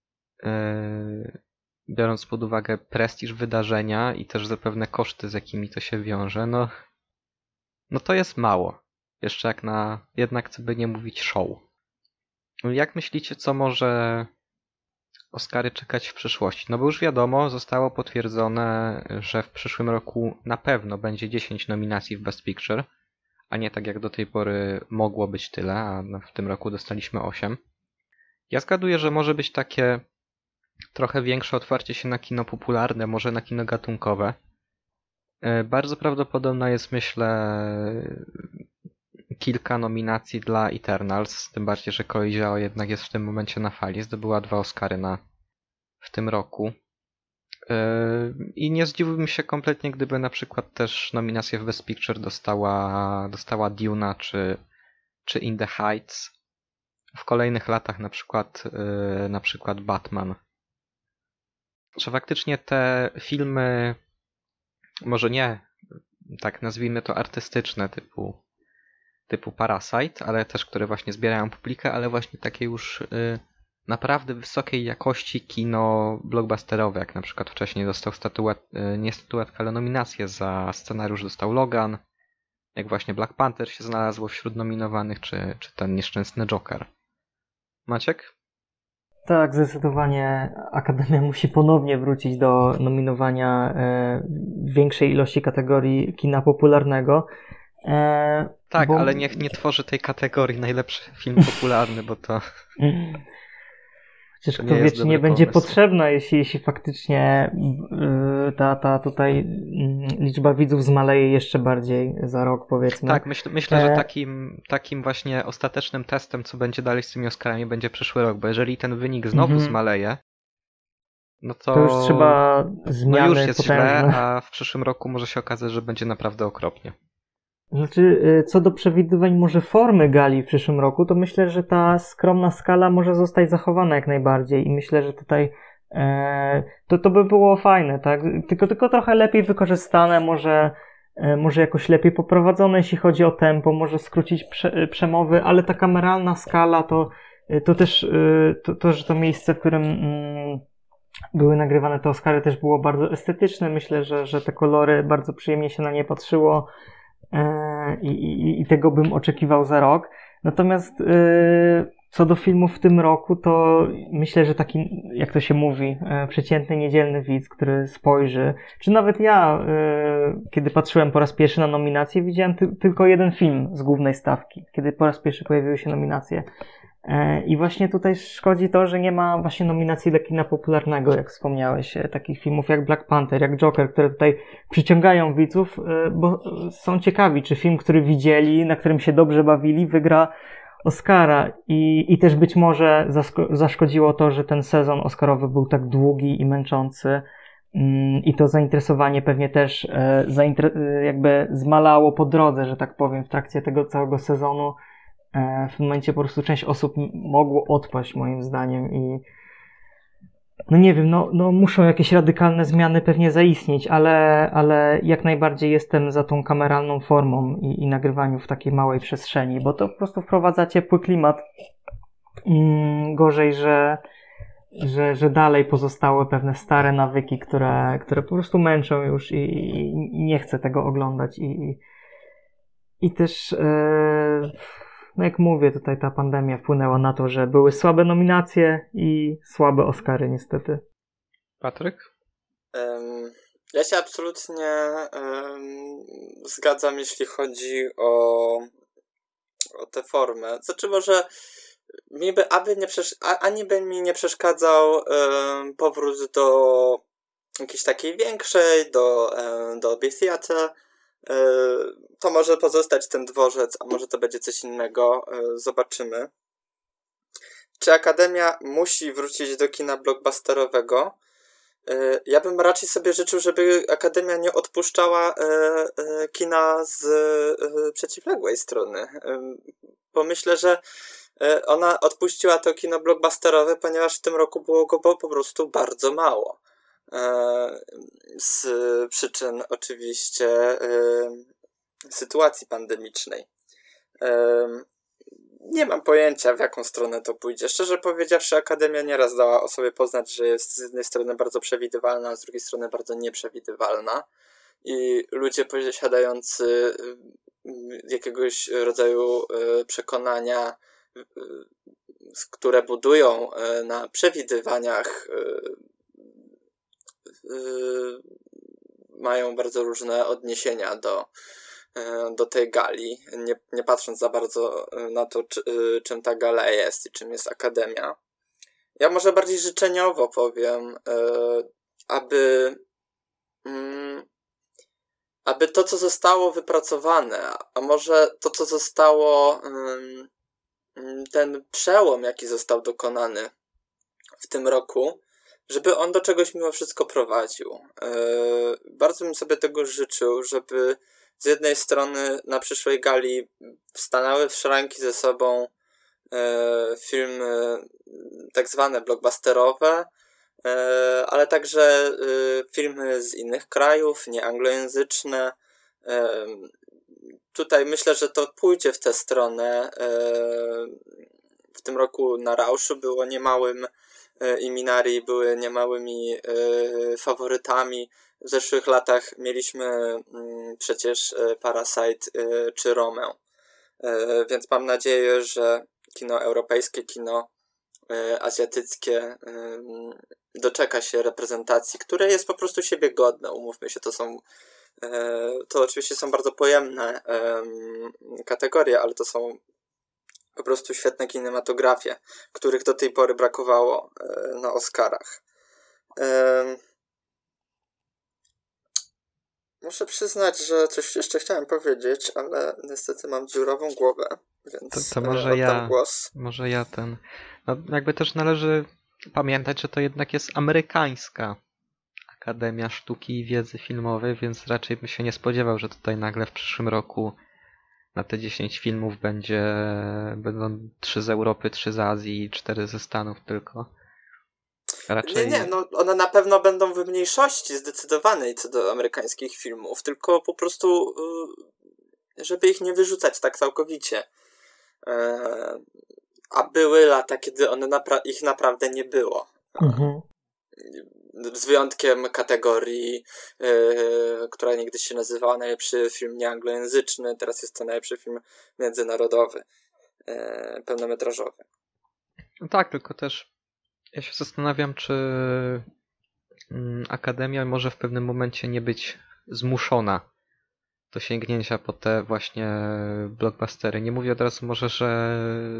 Biorąc pod uwagę prestiż wydarzenia i też zapewne koszty, z jakimi to się wiąże, no to jest mało. Jeszcze jak na, jednak co by nie mówić, show. Jak myślicie, co może Oscary czekać w przyszłości? No bo już wiadomo, zostało potwierdzone, że w przyszłym roku na pewno będzie 10 nominacji w Best Picture, a nie tak jak do tej pory mogło być tyle, a w tym roku dostaliśmy 8. Ja zgaduję, że może być takie trochę większe otwarcie się na kino popularne, może na kino gatunkowe. Bardzo prawdopodobna jest, myślę, kilka nominacji dla Eternals, tym bardziej, że Koizao jednak jest w tym momencie na fali. Zdobyła 2 Oscary w tym roku. I nie zdziwiłbym się kompletnie, gdyby na przykład też nominację w Best Picture dostała Duna czy In the Heights. W kolejnych latach na przykład Batman. Że faktycznie te filmy, może nie, tak nazwijmy to artystyczne typu Parasite, ale też które właśnie zbierają publikę, ale właśnie takie już naprawdę wysokiej jakości kino blockbusterowe, jak na przykład wcześniej dostał nie statuetkę, ale nominację za scenariusz dostał Logan, jak właśnie Black Panther się znalazło wśród nominowanych, czy ten nieszczęsny Joker. Maciek? Tak, zdecydowanie Akademia musi ponownie wrócić do nominowania większej ilości kategorii kina popularnego. Tak, ale niech nie tworzy tej kategorii najlepszy film popularny, bo to... Chociaż kto wie, czy nie będzie potrzebna, jeśli faktycznie ta tutaj liczba widzów zmaleje jeszcze bardziej za rok, powiedzmy. Tak, myślę, że takim właśnie ostatecznym testem, co będzie dalej z tymi Oscarami, będzie przyszły rok, bo jeżeli ten wynik znowu zmaleje, no to już trzeba zmiany no już jest potężne. źle, a w przyszłym roku może się okazać, że będzie naprawdę okropnie. Znaczy, co do przewidywań może formy gali w przyszłym roku, to myślę, że ta skromna skala może zostać zachowana jak najbardziej i myślę, że tutaj to by było fajne, tak? Tylko trochę lepiej wykorzystane, może jakoś lepiej poprowadzone, jeśli chodzi o tempo, może skrócić przemowy, ale ta kameralna skala to też że to miejsce, w którym były nagrywane te Oscary, też było bardzo estetyczne. Myślę, że te kolory bardzo przyjemnie się na nie patrzyło. I tego bym oczekiwał za rok. Natomiast co do filmów w tym roku, to myślę, że taki, jak to się mówi, przeciętny, niedzielny widz, który spojrzy, czy nawet ja, kiedy patrzyłem po raz pierwszy na nominacje, widziałem tylko jeden film z głównej stawki, kiedy po raz pierwszy pojawiły się nominacje. I właśnie tutaj szkodzi to, że nie ma właśnie nominacji dla kina popularnego, jak wspomniałeś, takich filmów jak Black Panther, jak Joker, które tutaj przyciągają widzów, bo są ciekawi, czy film, który widzieli, na którym się dobrze bawili, wygra Oscara. I też być może zaszkodziło to, że ten sezon oscarowy był tak długi i męczący, i to zainteresowanie pewnie też jakby zmalało po drodze, że tak powiem, w trakcie tego całego sezonu. W tym momencie po prostu część osób mogło odpaść, moim zdaniem, i no nie wiem, no muszą jakieś radykalne zmiany pewnie zaistnieć, ale jak najbardziej jestem za tą kameralną formą i nagrywaniu w takiej małej przestrzeni, bo to po prostu wprowadza ciepły klimat. Gorzej, że dalej pozostały pewne stare nawyki, które po prostu męczą już i nie chcę tego oglądać i też no jak mówię, tutaj ta pandemia wpłynęła na to, że były słabe nominacje i słabe Oscary niestety. Patryk? Ja się absolutnie zgadzam, jeśli chodzi o tę formę. Znaczy może ani by mi nie przeszkadzał powrót do jakiejś takiej większej, do Dolby Theatre. To może pozostać ten dworzec, a może to będzie coś innego. Zobaczymy. Czy Akademia musi wrócić do kina blockbusterowego? Ja bym raczej sobie życzył, żeby Akademia nie odpuszczała kina z przeciwległej strony. Bo myślę, że ona odpuściła to kino blockbusterowe, ponieważ w tym roku było go po prostu bardzo mało. Z przyczyn oczywiście sytuacji pandemicznej. Nie mam pojęcia, w jaką stronę to pójdzie. Szczerze powiedziawszy, Akademia nieraz dała o sobie poznać, że jest z jednej strony bardzo przewidywalna, a z drugiej strony bardzo nieprzewidywalna. I ludzie posiadający jakiegoś rodzaju przekonania, które budują na przewidywaniach, mają bardzo różne odniesienia do tej gali, nie patrząc za bardzo na to, czym ta gala jest i czym jest Akademia. Ja może bardziej życzeniowo powiem, aby aby to, co zostało wypracowane, a może to, co zostało, ten przełom, jaki został dokonany w tym roku, żeby on do czegoś mimo wszystko prowadził. Bardzo bym sobie tego życzył, żeby z jednej strony na przyszłej gali stanęły w szranki ze sobą filmy tak zwane blockbusterowe, ale także filmy z innych krajów, nieanglojęzyczne. Tutaj myślę, że to pójdzie w tę stronę. W tym roku na Rauszu było niemałym i Minari były niemałymi faworytami. W zeszłych latach mieliśmy przecież Parasite czy Romę. Więc mam nadzieję, że kino europejskie, kino azjatyckie doczeka się reprezentacji, które jest po prostu siebie godne. Umówmy się, to oczywiście są bardzo pojemne kategorie, ale to są po prostu świetne kinematografie, których do tej pory brakowało na Oscarach. Muszę przyznać, że coś jeszcze chciałem powiedzieć, ale niestety mam dziurową głowę, więc to oddam głos. Może ja No, jakby też należy pamiętać, że to jednak jest amerykańska Akademia Sztuki i Wiedzy Filmowej, więc raczej bym się nie spodziewał, że tutaj nagle w przyszłym roku na te 10 filmów będą 3 z Europy, 3 z Azji i 4 ze Stanów tylko. Raczej... Nie, no one na pewno będą w mniejszości zdecydowanej co do amerykańskich filmów, tylko po prostu żeby ich nie wyrzucać tak całkowicie. A były lata, kiedy ich naprawdę nie było. Mhm. Z wyjątkiem kategorii, która niegdyś się nazywała najlepszy film nieanglojęzyczny, teraz jest to najlepszy film międzynarodowy, pełnometrażowy. No tak, tylko też ja się zastanawiam, czy Akademia może w pewnym momencie nie być zmuszona do sięgnięcia po te właśnie blockbustery. Nie mówię od razu może, że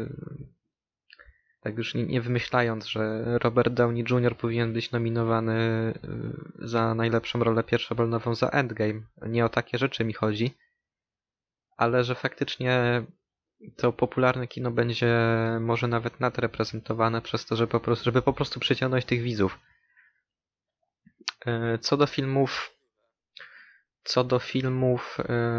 tak już nie wymyślając, że Robert Downey Jr. powinien być nominowany za najlepszą rolę pierwszoplanową za Endgame. Nie o takie rzeczy mi chodzi, ale że faktycznie to popularne kino będzie może nawet nadreprezentowane przez to, żeby po prostu przyciągnąć tych widzów. Co do filmów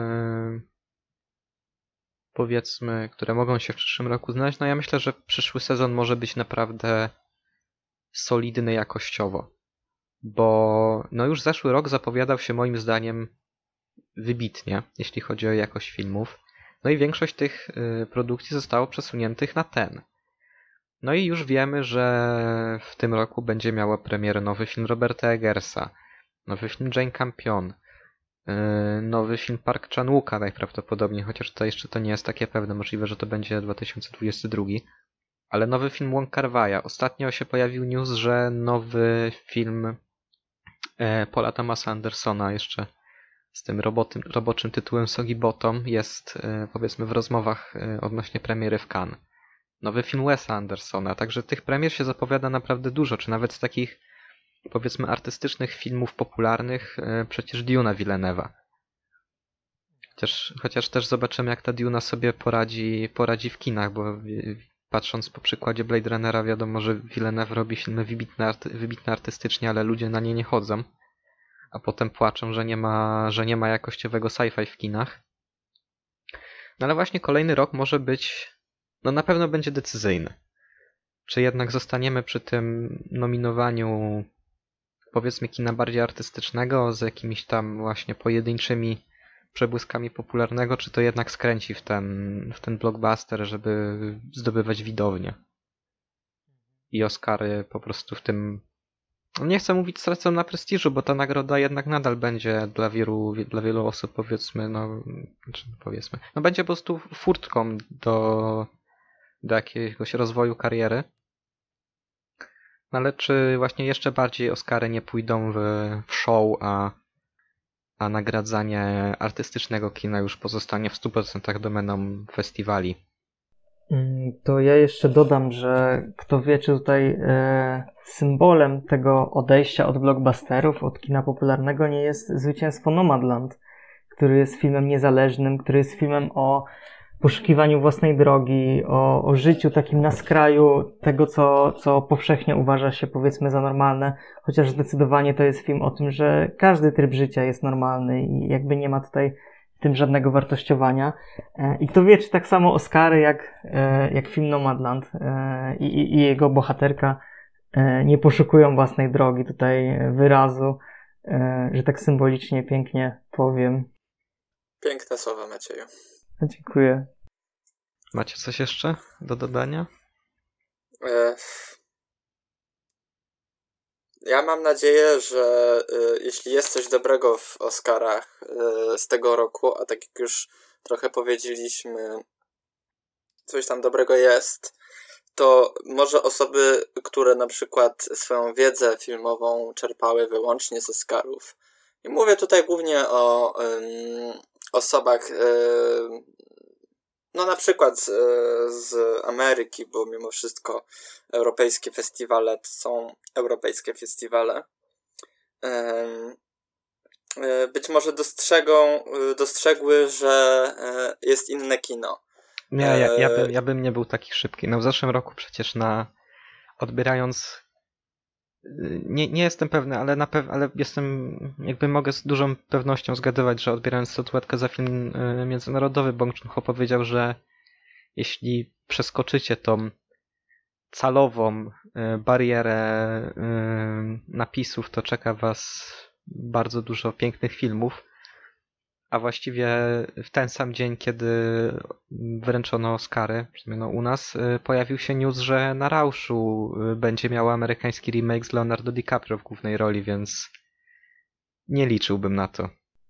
powiedzmy, które mogą się w przyszłym roku znaleźć, no ja myślę, że przyszły sezon może być naprawdę solidny jakościowo, bo no już zeszły rok zapowiadał się moim zdaniem wybitnie, jeśli chodzi o jakość filmów. No i większość tych produkcji zostało przesuniętych na ten. No i już wiemy, że w tym roku będzie miała premierę nowy film Roberta Eggersa, nowy film Jane Campion, nowy film Park Chan-wooka najprawdopodobniej, chociaż to jeszcze to nie jest takie pewne, możliwe, że to będzie 2022. Ale nowy film Wong Kar-waja. Ostatnio się pojawił news, że nowy film Paula Thomasa Andersona jeszcze z tym roboczym tytułem Soggy Bottom jest powiedzmy w rozmowach odnośnie premiery w Cannes. Nowy film Wesa Andersona, także tych premier się zapowiada naprawdę dużo, czy nawet z takich powiedzmy artystycznych filmów popularnych, przecież Duna Villeneuve'a. Chociaż też zobaczymy, jak ta Duna sobie poradzi w kinach, bo patrząc po przykładzie Blade Runnera wiadomo, że Villeneuve robi filmy wybitne artystycznie, ale ludzie na nie nie chodzą, a potem płaczą, że nie ma jakościowego sci-fi w kinach. No ale właśnie kolejny rok może być, no na pewno będzie decyzyjny. Czy jednak zostaniemy przy tym nominowaniu powiedzmy kina bardziej artystycznego z jakimiś tam właśnie pojedynczymi przebłyskami popularnego, czy to jednak skręci w ten blockbuster, żeby zdobywać widownię. I Oscary po prostu w tym, nie chcę mówić stracą na prestiżu, bo ta nagroda jednak nadal będzie dla wielu osób powiedzmy, będzie po prostu furtką do jakiegoś rozwoju kariery. Ale czy właśnie jeszcze bardziej Oscary nie pójdą w show, a nagradzanie artystycznego kina już pozostanie w 100% domeną festiwali? To ja jeszcze dodam, że kto wie, czy tutaj symbolem tego odejścia od blockbusterów, od kina popularnego nie jest zwycięstwo Nomadland, który jest filmem niezależnym, który jest filmem o poszukiwaniu własnej drogi, o życiu takim na skraju tego, co powszechnie uważa się, powiedzmy, za normalne, chociaż zdecydowanie to jest film o tym, że każdy tryb życia jest normalny i jakby nie ma tutaj w tym żadnego wartościowania. I kto wie, czy tak samo Oscary jak film Nomadland i jego bohaterka nie poszukują własnej drogi, tutaj wyrazu, że tak symbolicznie, pięknie powiem. Piękne słowa, Macieju. Dziękuję. Macie coś jeszcze do dodania? Ja mam nadzieję, że jeśli jest coś dobrego w Oscarach z tego roku, a tak jak już trochę powiedzieliśmy, coś tam dobrego jest, to może osoby, które na przykład swoją wiedzę filmową czerpały wyłącznie z Oscarów. I mówię tutaj głównie o osobach, no na przykład z Ameryki, bo mimo wszystko europejskie festiwale to są europejskie festiwale. Być może dostrzegły, że jest inne kino. Nie, ja bym nie był taki szybki. No w zeszłym roku przecież odbierając, nie jestem pewny, ale jestem, jakby mogę z dużą pewnością zgadywać, że odbierając statuetkę za film międzynarodowy, Bong Joon-ho powiedział, że jeśli przeskoczycie tą calową barierę napisów, to czeka was bardzo dużo pięknych filmów. A właściwie w ten sam dzień, kiedy wręczono Oscary, przynajmniej u nas, pojawił się news, że na Rauszu będzie miał amerykański remake z Leonardo DiCaprio w głównej roli, więc nie liczyłbym na to.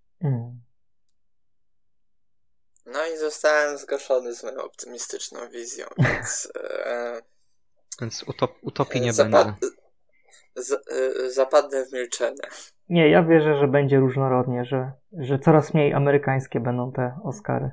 No i zostałem zgaszony z moją optymistyczną wizją, więc... Więc utopii nie będzie. Zapadnę w milczenie. Nie, ja wierzę, że będzie różnorodnie, że coraz mniej amerykańskie będą te Oscary.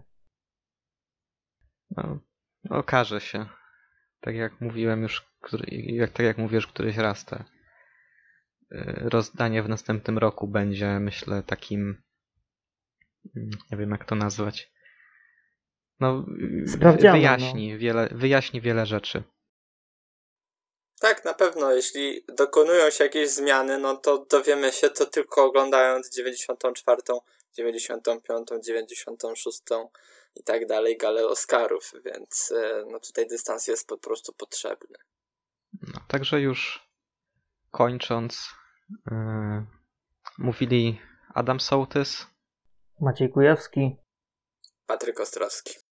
No, okaże się. Tak jak mówiłem już, tak jak mówię już któryś raz, te rozdanie w następnym roku będzie, myślę, takim, nie wiem jak to nazwać, no wyjaśni wiele rzeczy. Tak, na pewno, jeśli dokonują się jakieś zmiany, no to dowiemy się to tylko oglądając 94., 95., 96. i tak dalej galę Oscarów, więc no tutaj dystans jest po prostu potrzebny. No, także już kończąc, mówili Adam Sołtys, Maciej Kujawski, Patryk Ostrowski.